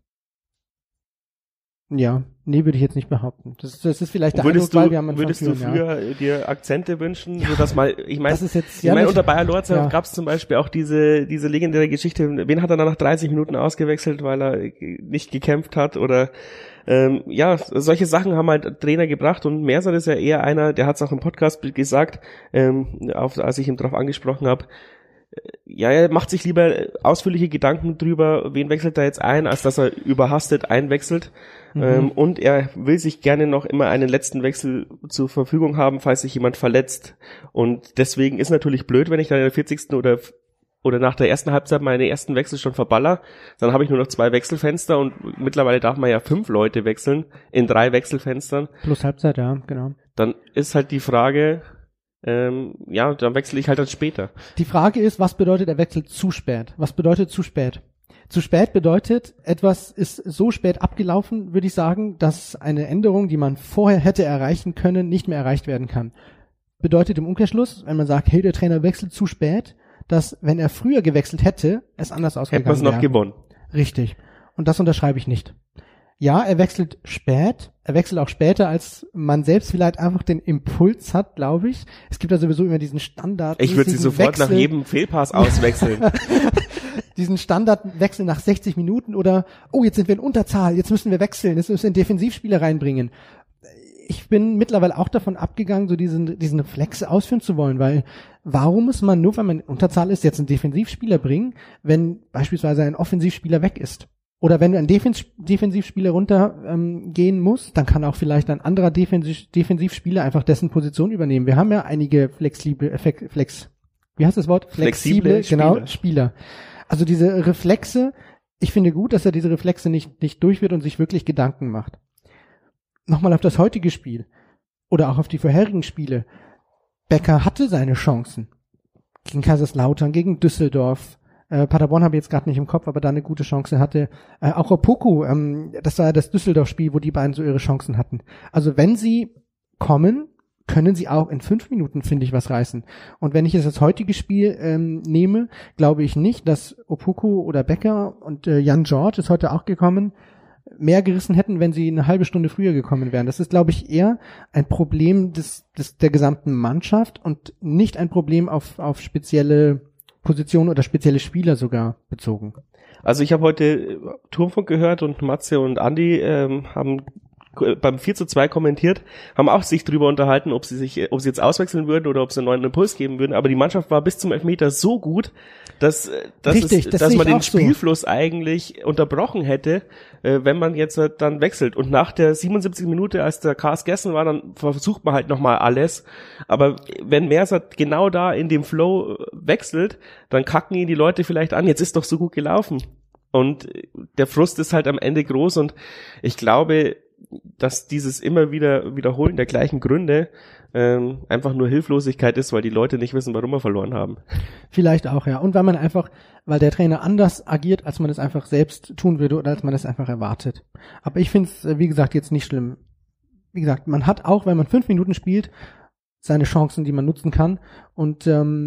Ja, nee, würde ich jetzt nicht behaupten. Das ist vielleicht der Eindruck, weil wir haben Würdest du früher dir Akzente wünschen, so dass mal, ich meine, unter Bayer Lorzer gab es zum Beispiel auch diese legendäre Geschichte, wen hat er dann nach 30 Minuten ausgewechselt, weil er nicht gekämpft hat oder solche Sachen haben halt Trainer gebracht und Mersat ist ja eher einer, der hat es auch im Podcast gesagt, als ich ihn darauf angesprochen habe, er macht sich lieber ausführliche Gedanken drüber, wen wechselt er jetzt ein, als dass er überhastet einwechselt. Und er will sich gerne noch immer einen letzten Wechsel zur Verfügung haben, falls sich jemand verletzt. Und deswegen ist natürlich blöd, wenn ich dann in der 40. oder nach der ersten Halbzeit meine ersten Wechsel schon verballer. Dann habe ich nur noch 2 Wechselfenster und mittlerweile darf man ja 5 Leute wechseln in 3 Wechselfenstern. Plus Halbzeit, ja, genau. Dann ist halt die Frage, dann wechsle ich halt dann später. Die Frage ist, was bedeutet der Wechsel zu spät? Was bedeutet zu spät? Zu spät bedeutet, etwas ist so spät abgelaufen, würde ich sagen, dass eine Änderung, die man vorher hätte erreichen können, nicht mehr erreicht werden kann. Bedeutet im Umkehrschluss, wenn man sagt, hey, der Trainer wechselt zu spät, dass, wenn er früher gewechselt hätte, es anders ausgegangen wäre. Hätte man es noch gewonnen. Richtig. Und das unterschreibe ich nicht. Ja, er wechselt spät. Er wechselt auch später, als man selbst vielleicht einfach den Impuls hat, glaube ich. Es gibt ja sowieso immer diesen Standard. Ich würde sie sofort nach jedem Fehlpass auswechseln. Diesen Standardwechsel nach 60 Minuten oder, jetzt sind wir in Unterzahl, jetzt müssen wir wechseln, jetzt müssen wir einen Defensivspieler reinbringen. Ich bin mittlerweile auch davon abgegangen, so diesen Reflex ausführen zu wollen, weil warum muss man nur, wenn man in Unterzahl ist, jetzt einen Defensivspieler bringen, wenn beispielsweise ein Offensivspieler weg ist? Oder wenn ein Defensivspieler runtergehen muss, dann kann auch vielleicht ein anderer Defensivspieler einfach dessen Position übernehmen. Wir haben ja einige flexible Spieler. Also diese Reflexe, ich finde gut, dass er diese Reflexe nicht durchführt und sich wirklich Gedanken macht. Nochmal auf das heutige Spiel oder auch auf die vorherigen Spiele. Becker hatte seine Chancen. Gegen Kaiserslautern, gegen Düsseldorf. Paderborn habe ich jetzt gerade nicht im Kopf, aber da eine gute Chance hatte. Auch Opoku, das war ja das Düsseldorf-Spiel, wo die beiden so ihre Chancen hatten. Also wenn sie kommen, können sie auch in 5 Minuten, finde ich, was reißen. Und wenn ich jetzt das heutige Spiel nehme, glaube ich nicht, dass Opoku oder Becker und Jan George ist heute auch gekommen, mehr gerissen hätten, wenn sie eine halbe Stunde früher gekommen wären. Das ist, glaube ich, eher ein Problem der gesamten Mannschaft und nicht ein Problem auf spezielle Positionen oder spezielle Spieler sogar bezogen. Also ich habe heute Turmfunk gehört und Matze und Andi haben beim 4:2 kommentiert, haben auch sich drüber unterhalten, ob sie jetzt auswechseln würden oder ob sie einen neuen Impuls geben würden, aber die Mannschaft war bis zum Elfmeter so gut, dass man den Spielfluss eigentlich unterbrochen hätte, wenn man jetzt dann wechselt. Und nach der 77. Minute, als der Cars gegessen war, dann versucht man halt nochmal alles, aber wenn Mersat genau da in dem Flow wechselt, dann kacken ihn die Leute vielleicht an, jetzt ist doch so gut gelaufen. Und der Frust ist halt am Ende groß und ich glaube, dass dieses immer wieder Wiederholen der gleichen Gründe einfach nur Hilflosigkeit ist, weil die Leute nicht wissen, warum wir verloren haben. Vielleicht auch, ja. Und weil der Trainer anders agiert, als man es einfach selbst tun würde oder als man es einfach erwartet. Aber ich finde es, wie gesagt, jetzt nicht schlimm. Wie gesagt, man hat auch, wenn man 5 Minuten spielt, seine Chancen, die man nutzen kann. Und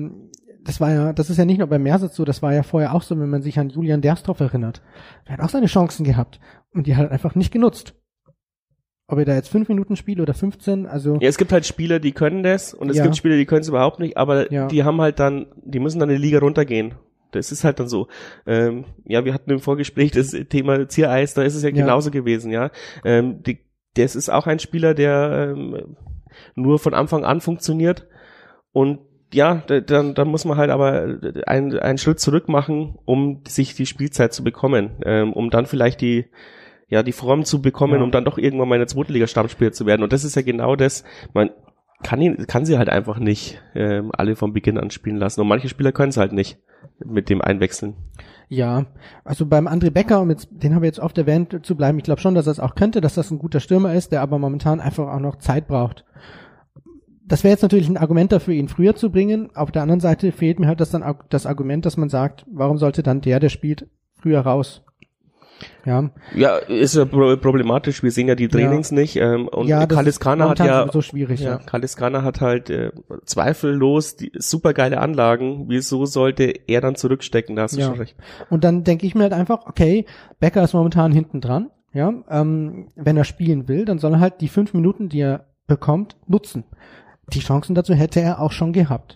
das ist ja nicht nur bei Mersat so, das war ja vorher auch so, wenn man sich an Julian Derstroff erinnert. Er hat auch seine Chancen gehabt und die hat er einfach nicht genutzt. Ob er da jetzt 5 Minuten spielt oder 15, also. Ja, es gibt halt Spieler, die können das und es gibt Spieler, die können es überhaupt nicht, aber die haben halt die müssen dann in die Liga runtergehen. Das ist halt dann so. Wir hatten im Vorgespräch das Thema Ziereis, da ist es ja genauso gewesen, ja. Das ist auch ein Spieler, der nur von Anfang an funktioniert und ja, dann muss man halt aber einen Schritt zurück machen, um sich die Spielzeit zu bekommen, um dann vielleicht die Form zu bekommen, um dann doch irgendwann mal in der Zweitliga-Stammspieler zu werden. Und das ist ja genau das, man kann sie halt einfach nicht alle vom Beginn an spielen lassen. Und manche Spieler können es halt nicht mit dem Einwechseln. Ja, also beim André Becker, den haben wir jetzt oft erwähnt zu bleiben, ich glaube schon, dass er es auch könnte, dass das ein guter Stürmer ist, der aber momentan einfach auch noch Zeit braucht. Das wäre jetzt natürlich ein Argument dafür, ihn früher zu bringen. Auf der anderen Seite fehlt mir halt das Argument, dass man sagt, warum sollte dann der spielt, früher raus? Ja, ist ja problematisch. Wir sehen ja die Trainings nicht. Und Kalis Kana hat so schwierig, Kalis Kana hat halt zweifellos die supergeile Anlagen. Wieso sollte er dann zurückstecken? Da hast du schon recht. Und dann denke ich mir halt einfach, okay, Becker ist momentan hinten dran. Ja, wenn er spielen will, dann soll er halt die 5 Minuten, die er bekommt, nutzen. Die Chancen dazu hätte er auch schon gehabt.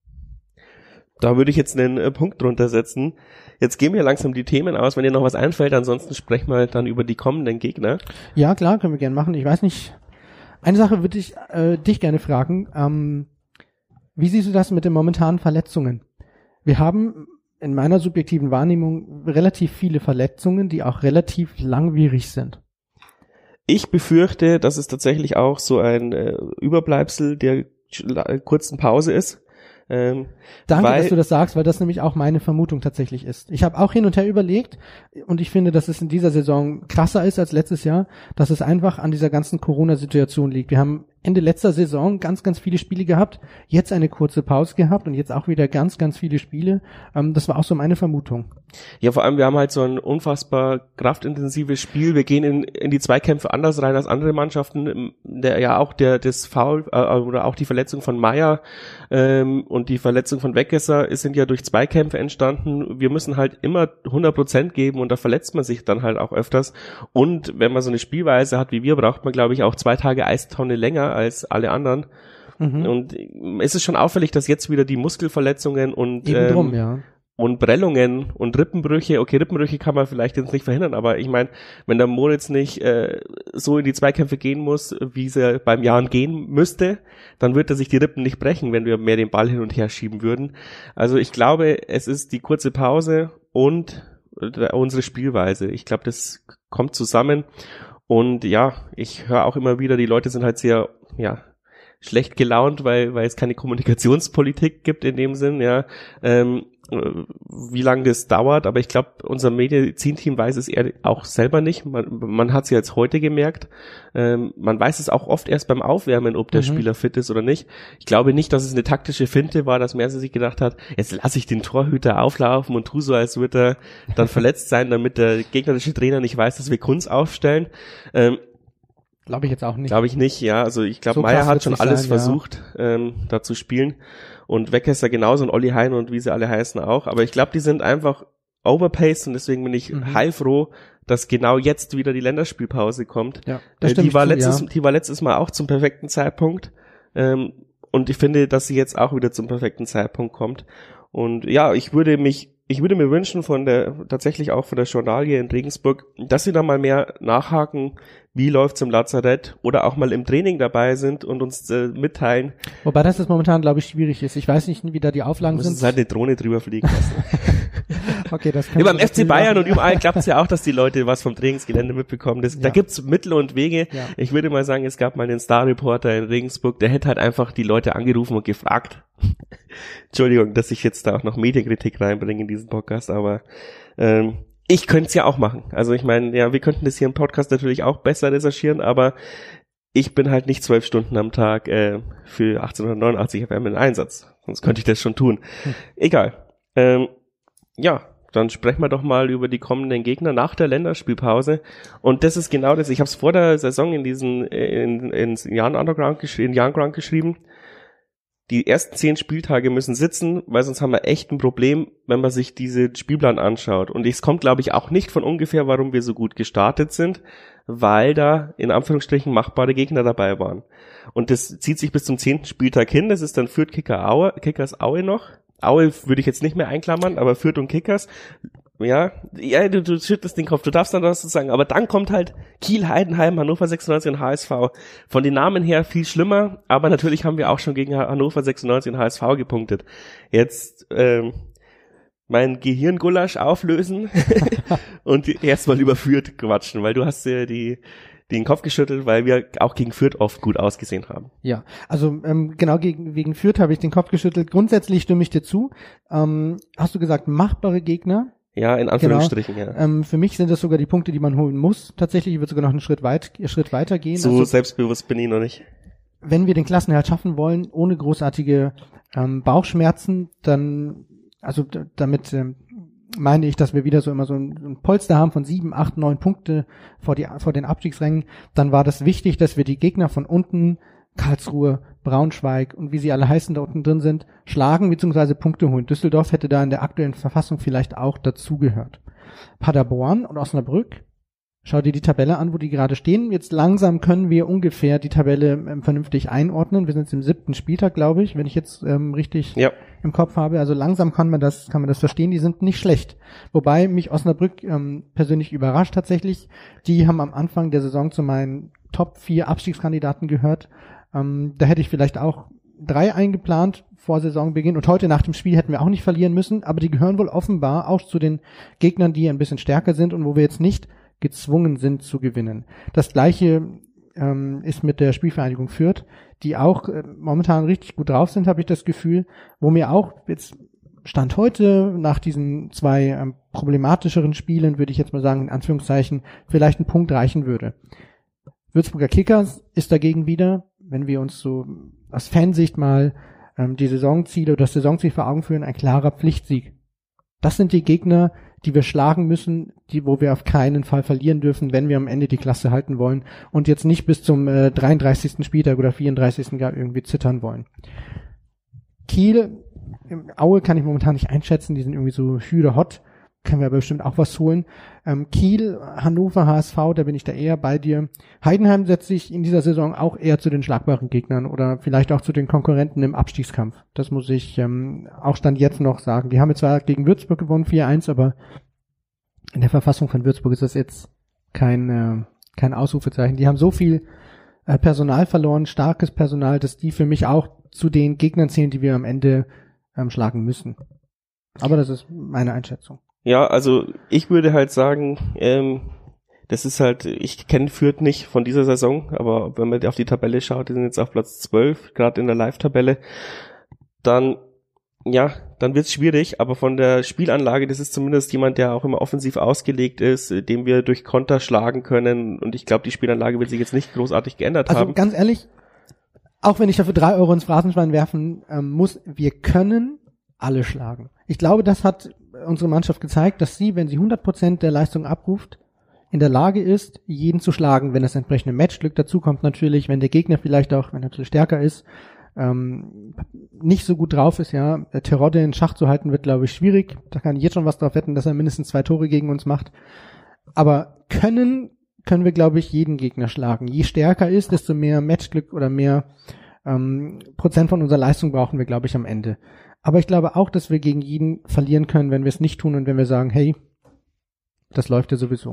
Da würde ich jetzt einen Punkt drunter setzen. Jetzt gehen wir langsam die Themen aus. Wenn dir noch was einfällt, ansonsten sprechen wir dann über die kommenden Gegner. Ja, klar, können wir gerne machen. Ich weiß nicht, eine Sache würde ich dich gerne fragen. Wie siehst du das mit den momentanen Verletzungen? Wir haben in meiner subjektiven Wahrnehmung relativ viele Verletzungen, die auch relativ langwierig sind. Ich befürchte, dass es tatsächlich auch so ein Überbleibsel der kurzen Pause ist. Danke, dass du das sagst, weil das nämlich auch meine Vermutung tatsächlich ist. Ich habe auch hin und her überlegt und ich finde, dass es in dieser Saison krasser ist als letztes Jahr, dass es einfach an dieser ganzen Corona-Situation liegt. Wir haben Ende letzter Saison ganz, ganz viele Spiele gehabt, jetzt eine kurze Pause gehabt und jetzt auch wieder ganz, ganz viele Spiele. Das war auch so meine Vermutung. Ja, vor allem, wir haben halt so ein unfassbar kraftintensives Spiel. Wir gehen in die Zweikämpfe anders rein als andere Mannschaften. Das Foul oder auch die Verletzung von Meier und die Verletzung von Wegesser sind ja durch Zweikämpfe entstanden. Wir müssen halt immer 100% geben und da verletzt man sich dann halt auch öfters. Und wenn man so eine Spielweise hat wie wir, braucht man, glaube ich, auch 2 Tage Eistonne länger als alle anderen. Mhm. Und es ist schon auffällig, dass jetzt wieder die Muskelverletzungen und Prellungen und Rippenbrüche, okay, Rippenbrüche kann man vielleicht jetzt nicht verhindern, aber ich meine, wenn der Moritz nicht so in die Zweikämpfe gehen muss, wie er beim Jahren gehen müsste, dann wird er sich die Rippen nicht brechen, wenn wir mehr den Ball hin und her schieben würden. Also ich glaube, es ist die kurze Pause und unsere Spielweise. Ich glaube, das kommt zusammen und ja, ich höre auch immer wieder, die Leute sind halt sehr, schlecht gelaunt, weil es keine Kommunikationspolitik gibt in dem Sinn, wie lange das dauert, aber ich glaube, unser Medizinteam weiß es eher auch selber nicht. Man hat es jetzt heute gemerkt. Man weiß es auch oft erst beim Aufwärmen, ob der Spieler fit ist oder nicht. Ich glaube nicht, dass es eine taktische Finte war, dass Merse sich gedacht hat, jetzt lasse ich den Torhüter auflaufen und tu so, als würde er dann verletzt sein, damit der gegnerische Trainer nicht weiß, dass wir Kunz aufstellen. Glaube ich jetzt auch nicht. Glaube ich nicht, ja. Also ich glaube, so Meier hat schon alles versucht, da zu spielen. Und Wegesser genauso und Olli Hein und wie sie alle heißen auch. Aber ich glaube, die sind einfach overpaced und deswegen bin ich heilfroh, dass genau jetzt wieder die Länderspielpause kommt. Ja, die war letztes Mal auch zum perfekten Zeitpunkt. Und ich finde, dass sie jetzt auch wieder zum perfekten Zeitpunkt kommt. Und ja, ich würde mir wünschen tatsächlich auch von der Journalie in Regensburg, dass sie da mal mehr nachhaken, wie läuft's im Lazarett oder auch mal im Training dabei sind und uns mitteilen. Wobei das momentan, glaube ich, schwierig ist. Ich weiß nicht, wie da die Auflagen sind. Es halt eine Drohne drüber fliegen lassen. Okay, das kann beim FC Bayern und überall klappt es ja auch, dass die Leute was vom Trainingsgelände mitbekommen. Da gibt's Mittel und Wege. Ja. Ich würde mal sagen, es gab mal einen Star-Reporter in Regensburg, der hätte halt einfach die Leute angerufen und gefragt. Entschuldigung, dass ich jetzt da auch noch Medienkritik reinbringe in diesen Podcast, aber ich könnte es ja auch machen. Also ich meine, ja, wir könnten das hier im Podcast natürlich auch besser recherchieren, aber ich bin halt nicht 12 Stunden am Tag für 1889 FM in Einsatz. Sonst könnte ich das schon tun. Egal. Ja, dann sprechen wir doch mal über die kommenden Gegner nach der Länderspielpause. Und das ist genau das. Ich habe es vor der Saison in Jan Underground geschrieben. Die ersten 10 Spieltage müssen sitzen, weil sonst haben wir echt ein Problem, wenn man sich diese Spielplan anschaut. Und es kommt, glaube ich, auch nicht von ungefähr, warum wir so gut gestartet sind, weil da in Anführungsstrichen machbare Gegner dabei waren. Und das zieht sich bis zum 10. Spieltag hin. Das ist dann Fürth, Kickers Aue noch. Aue würde ich jetzt nicht mehr einklammern, aber Fürth und Kickers, ja, du schüttelst den Kopf, du darfst dann was sagen, aber dann kommt halt Kiel, Heidenheim, Hannover 96 und HSV. Von den Namen her viel schlimmer, aber natürlich haben wir auch schon gegen Hannover 96 und HSV gepunktet. Jetzt mein Gehirngulasch auflösen und erstmal über Fürth quatschen, weil du hast ja den Kopf geschüttelt, weil wir auch gegen Fürth oft gut ausgesehen haben. Ja, also genau wegen Fürth habe ich den Kopf geschüttelt. Grundsätzlich stimme ich dir zu. Hast du gesagt, machbare Gegner? Ja, in Anführungsstrichen, genau. Ja. Für mich sind das sogar die Punkte, die man holen muss. Tatsächlich, ich würde sogar noch einen Schritt weiter gehen. So also, selbstbewusst bin ich noch nicht. Wenn wir den Klassenerhalt schaffen wollen, ohne großartige Bauchschmerzen, dann, also damit meine ich, dass wir wieder so immer so ein Polster haben von 7, 8, 9 Punkte vor den Abstiegsrängen. Dann war das wichtig, dass wir die Gegner von unten, Karlsruhe, Braunschweig und wie sie alle heißen da unten drin sind, schlagen bzw. Punkte holen. Düsseldorf hätte da in der aktuellen Verfassung vielleicht auch dazugehört. Paderborn und Osnabrück, schau dir die Tabelle an, wo die gerade stehen. Jetzt langsam können wir ungefähr die Tabelle vernünftig einordnen. Wir sind jetzt im 7. Spieltag, glaube ich, wenn ich jetzt richtig im Kopf habe. Also langsam kann man das verstehen. Die sind nicht schlecht. Wobei mich Osnabrück persönlich überrascht tatsächlich. Die haben am Anfang der Saison zu meinen Top 4 Abstiegskandidaten gehört. Da hätte ich vielleicht auch 3 eingeplant vor Saisonbeginn und heute nach dem Spiel hätten wir auch nicht verlieren müssen, aber die gehören wohl offenbar auch zu den Gegnern, die ein bisschen stärker sind und wo wir jetzt nicht gezwungen sind zu gewinnen. Das Gleiche ist mit der Spielvereinigung Fürth, die auch momentan richtig gut drauf sind, habe ich das Gefühl, wo mir auch jetzt Stand heute nach diesen 2 problematischeren Spielen, würde ich jetzt mal sagen, in Anführungszeichen, vielleicht ein Punkt reichen würde. Würzburger Kickers ist dagegen wieder, wenn wir uns so aus Fansicht mal die Saisonziele oder das Saisonziel vor Augen führen, ein klarer Pflichtsieg. Das sind die Gegner, die wir schlagen müssen, wo wir auf keinen Fall verlieren dürfen, wenn wir am Ende die Klasse halten wollen und jetzt nicht bis zum 33. Spieltag oder 34. gar irgendwie zittern wollen. Kiel, Aue kann ich momentan nicht einschätzen, die sind irgendwie so hüde hot, können wir aber bestimmt auch was holen. Kiel, Hannover, HSV, da bin ich da eher bei dir. Heidenheim setzt sich in dieser Saison auch eher zu den schlagbaren Gegnern oder vielleicht auch zu den Konkurrenten im Abstiegskampf. Das muss ich auch Stand jetzt noch sagen. Die haben jetzt zwar gegen Würzburg gewonnen, 4-1, aber in der Verfassung von Würzburg ist das jetzt kein Ausrufezeichen. Die haben so viel Personal verloren, starkes Personal, dass die für mich auch zu den Gegnern zählen, die wir am Ende schlagen müssen. Aber das ist meine Einschätzung. Ja, also ich würde halt sagen, das ist halt, ich kenne Fürth nicht von dieser Saison, aber wenn man auf die Tabelle schaut, die sind jetzt auf Platz 12, gerade in der Live-Tabelle, dann wird's schwierig, aber von der Spielanlage, das ist zumindest jemand, der auch immer offensiv ausgelegt ist, den wir durch Konter schlagen können und ich glaube, die Spielanlage wird sich jetzt nicht großartig geändert haben. Also ganz ehrlich, auch wenn ich dafür 3 Euro ins Phrasenschwein werfen muss, wir können alle schlagen. Ich glaube, das hat unsere Mannschaft gezeigt, dass sie, wenn sie 100% der Leistung abruft, in der Lage ist, jeden zu schlagen, wenn das entsprechende Matchglück dazu kommt natürlich, wenn der Gegner vielleicht auch, wenn er natürlich stärker ist, nicht so gut drauf ist, ja. Terodde in Schach zu halten wird, glaube ich, schwierig. Da kann ich jetzt schon was drauf wetten, dass er mindestens 2 Tore gegen uns macht. Aber können wir, glaube ich, jeden Gegner schlagen. Je stärker ist, desto mehr Matchglück oder mehr Prozent von unserer Leistung brauchen wir, glaube ich, am Ende. Aber ich glaube auch, dass wir gegen jeden verlieren können, wenn wir es nicht tun und wenn wir sagen, hey, das läuft ja sowieso.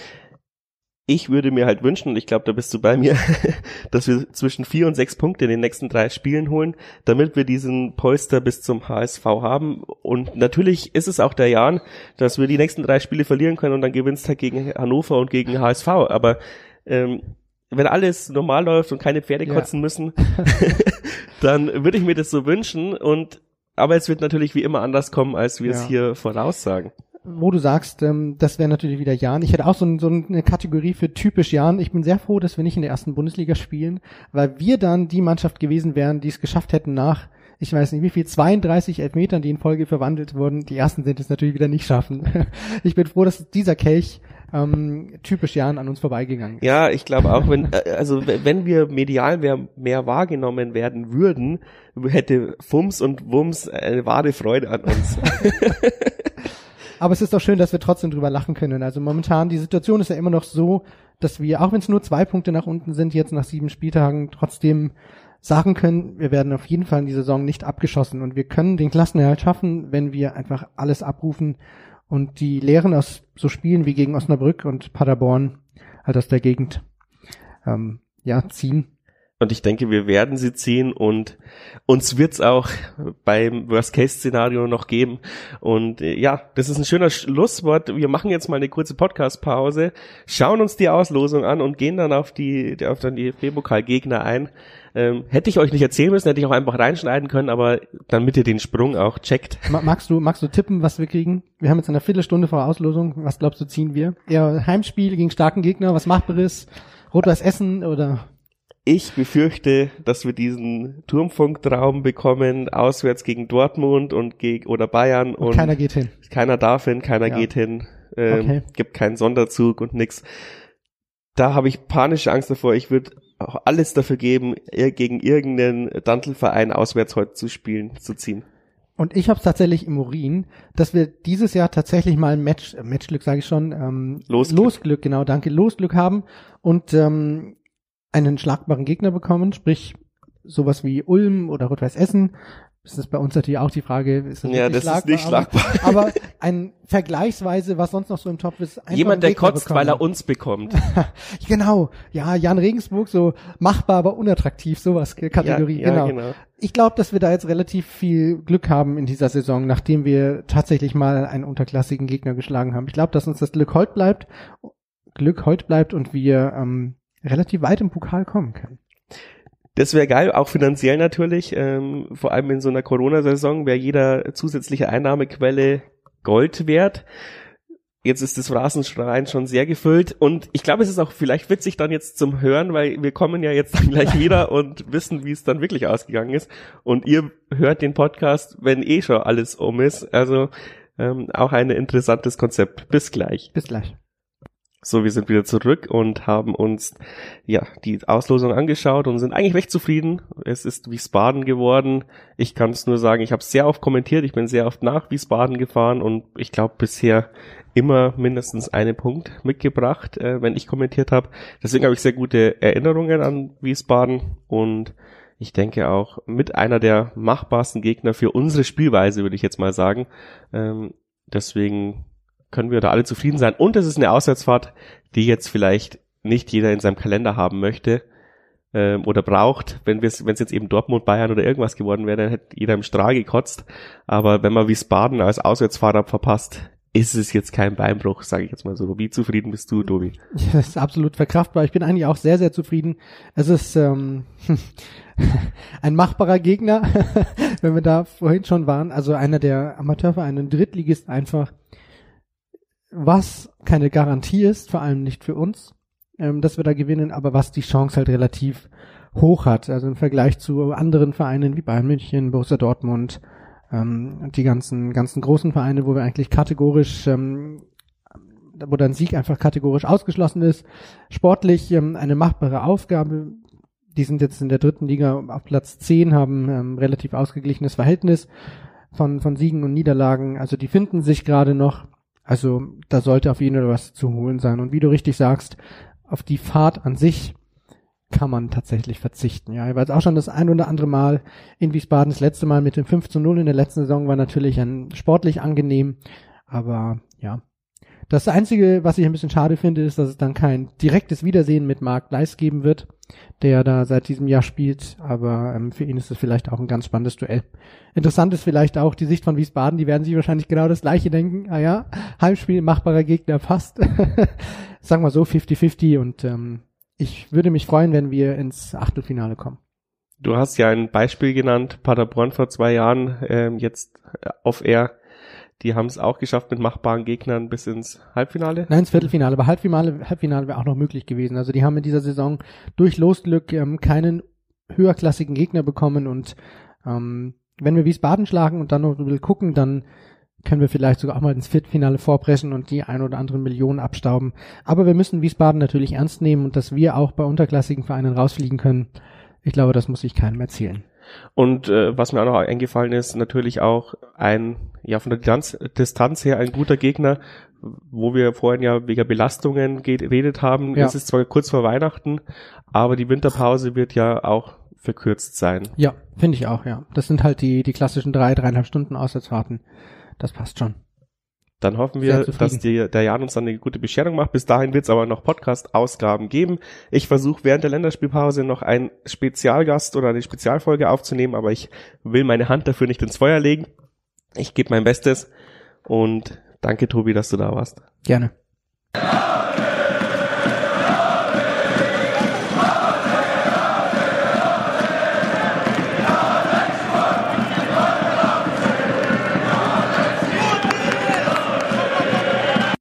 Ich würde mir halt wünschen, und ich glaube, da bist du bei mir, dass wir zwischen 4 und 6 Punkte in den nächsten 3 Spielen holen, damit wir diesen Polster bis zum HSV haben. Und natürlich ist es auch der Jan, dass wir die nächsten 3 Spiele verlieren können und dann gewinnst halt gegen Hannover und gegen HSV. Aber wenn alles normal läuft und keine Pferde kotzen müssen, dann würde ich mir das so wünschen. Aber es wird natürlich wie immer anders kommen, als wir es hier voraussagen. Wo du sagst, das wäre natürlich wieder Jan. Ich hätte auch so eine Kategorie für typisch Jan. Ich bin sehr froh, dass wir nicht in der ersten Bundesliga spielen, weil wir dann die Mannschaft gewesen wären, die es geschafft hätten nach, ich weiß nicht wie viel, 32 Elfmetern, die in Folge verwandelt wurden. Die ersten sind es natürlich wieder nicht schaffen. Ich bin froh, dass dieser Kelch typisch Jan an uns vorbeigegangen ist. Ja, ich glaube auch, wenn wir medial mehr wahrgenommen werden würden, hätte Fums und Wums eine wahre Freude an uns. Aber es ist doch schön, dass wir trotzdem drüber lachen können. Also momentan, die Situation ist ja immer noch so, dass wir, auch wenn es nur 2 Punkte nach unten sind, jetzt nach 7 Spieltagen trotzdem sagen können, wir werden auf jeden Fall in die Saison nicht abgeschossen und wir können den Klassenerhalt schaffen, wenn wir einfach alles abrufen und die Lehren aus so Spielen wie gegen Osnabrück und Paderborn halt aus der Gegend ziehen. Und ich denke, wir werden sie ziehen und uns wird's auch beim Worst-Case-Szenario noch geben. Und das ist ein schöner Schlusswort. Wir machen jetzt mal eine kurze Podcast-Pause, schauen uns die Auslosung an und gehen dann auf die DFB-Pokal-Gegner ein. Hätte ich euch nicht erzählen müssen, hätte ich auch einfach reinschneiden können, aber damit ihr den Sprung auch checkt. Magst du tippen, was wir kriegen? Wir haben jetzt eine Viertelstunde vor Auslosung. Was glaubst du, ziehen wir? Eher Heimspiel gegen starken Gegner, was Machbares? Rot-Weiß Essen oder... Ich befürchte, dass wir diesen Turmfunktraum bekommen, auswärts gegen Dortmund oder Bayern und keiner geht hin. Keiner darf hin, keiner geht hin, gibt keinen Sonderzug und nix. Da habe ich panische Angst davor. Ich würde auch alles dafür geben, gegen irgendeinen Dantelverein auswärts heute zu ziehen. Und ich habe es tatsächlich im Urin, dass wir dieses Jahr tatsächlich mal Matchglück sage ich schon, Losglück, genau, danke, Losglück haben und einen schlagbaren Gegner bekommen, sprich sowas wie Ulm oder Rot-Weiß Essen. Das ist bei uns natürlich auch die Frage, ist das ist nicht schlagbar. Aber ein vergleichsweise, was sonst noch so im Topf ist, jemand, der kotzt, bekommen. Weil er uns bekommt. Genau, ja, Jan Regensburg, so machbar, aber unattraktiv, sowas, Kategorie, genau. Ich glaube, dass wir da jetzt relativ viel Glück haben in dieser Saison, nachdem wir tatsächlich mal einen unterklassigen Gegner geschlagen haben. Ich glaube, dass uns das Glück heute bleibt und wir relativ weit im Pokal kommen können. Das wäre geil, auch finanziell natürlich, vor allem in so einer Corona-Saison wäre jeder zusätzliche Einnahmequelle Gold wert. Jetzt ist das Phrasenschrein schon sehr gefüllt und ich glaube, es ist auch vielleicht witzig dann jetzt zum Hören, weil wir kommen ja jetzt dann gleich wieder und wissen, wie es dann wirklich ausgegangen ist und ihr hört den Podcast, wenn schon alles um ist. Also auch ein interessantes Konzept. Bis gleich. Bis gleich. So, wir sind wieder zurück und haben uns die Auslosung angeschaut und sind eigentlich recht zufrieden. Es ist Wiesbaden geworden. Ich kann es nur sagen, ich habe sehr oft kommentiert, ich bin sehr oft nach Wiesbaden gefahren und ich glaube bisher immer mindestens einen Punkt mitgebracht, wenn ich kommentiert habe. Deswegen habe ich sehr gute Erinnerungen an Wiesbaden und ich denke auch mit einer der machbarsten Gegner für unsere Spielweise, würde ich jetzt mal sagen. Deswegen können wir da alle zufrieden sein. Und es ist eine Auswärtsfahrt, die jetzt vielleicht nicht jeder in seinem Kalender haben möchte oder braucht. Wenn es jetzt eben Dortmund, Bayern oder irgendwas geworden wäre, dann hätte jeder im Strahl gekotzt. Aber wenn man Wiesbaden als Auswärtsfahrer verpasst, ist es jetzt kein Beinbruch, sage ich jetzt mal so. Wie zufrieden bist du, Tobi? Ja, das ist absolut verkraftbar. Ich bin eigentlich auch sehr, sehr zufrieden. Es ist ein machbarer Gegner, wenn wir da vorhin schon waren. Also einer der Amateurvereine, ein Drittligist einfach, was keine Garantie ist, vor allem nicht für uns, dass wir da gewinnen, aber was die Chance halt relativ hoch hat. Also im Vergleich zu anderen Vereinen wie Bayern München, Borussia Dortmund, die ganzen großen Vereine, wo wir eigentlich kategorisch, wo dann Sieg einfach kategorisch ausgeschlossen ist. Sportlich eine machbare Aufgabe. Die sind jetzt in der 3. Liga auf Platz 10, haben relativ ausgeglichenes Verhältnis von Siegen und Niederlagen. Also die finden sich gerade noch. Also da sollte auf jeden Fall was zu holen sein. Und wie du richtig sagst, auf die Fahrt an sich kann man tatsächlich verzichten. Ja, ich war jetzt auch schon das ein oder andere Mal in Wiesbaden. Das letzte Mal mit dem 5:0 in der letzten Saison war natürlich sportlich angenehm. Aber ja, das Einzige, was ich ein bisschen schade finde, ist, dass es dann kein direktes Wiedersehen mit Marc Leis geben wird, der da seit diesem Jahr spielt. Aber für ihn ist es vielleicht auch ein ganz spannendes Duell. Interessant ist vielleicht auch die Sicht von Wiesbaden. Die werden sich wahrscheinlich genau das Gleiche denken. Ah ja, Heimspiel, machbarer Gegner, passt. Sagen wir so, 50-50. Und ich würde mich freuen, wenn wir ins Achtelfinale kommen. Du hast ja ein Beispiel genannt, Paderborn vor 2 Jahren, jetzt auf Air. Die haben es auch geschafft mit machbaren Gegnern bis ins Halbfinale? Nein, ins Viertelfinale, aber Halbfinale wäre auch noch möglich gewesen. Also die haben in dieser Saison durch Losglück keinen höherklassigen Gegner bekommen und wenn wir Wiesbaden schlagen und dann noch gucken, dann können wir vielleicht sogar auch mal ins Viertelfinale vorpreschen und die 1 oder andere Million abstauben. Aber wir müssen Wiesbaden natürlich ernst nehmen und dass wir auch bei unterklassigen Vereinen rausfliegen können, ich glaube, das muss ich keinem erzählen. Und was mir auch noch eingefallen ist, natürlich auch von der Distanz her ein guter Gegner, wo wir vorhin ja wegen Belastungen geredet haben. Ja. Es ist zwar kurz vor Weihnachten, aber die Winterpause wird ja auch verkürzt sein. Ja, finde ich auch, ja. Das sind halt die klassischen 3,5 Stunden Auswärtsfahrten. Das passt schon. Dann hoffen wir, dass der Jan uns dann eine gute Bescherung macht. Bis dahin wird es aber noch Podcast-Ausgaben geben. Ich versuche während der Länderspielpause noch einen Spezialgast oder eine Spezialfolge aufzunehmen, aber ich will meine Hand dafür nicht ins Feuer legen. Ich gebe mein Bestes und danke, Tobi, dass du da warst. Gerne.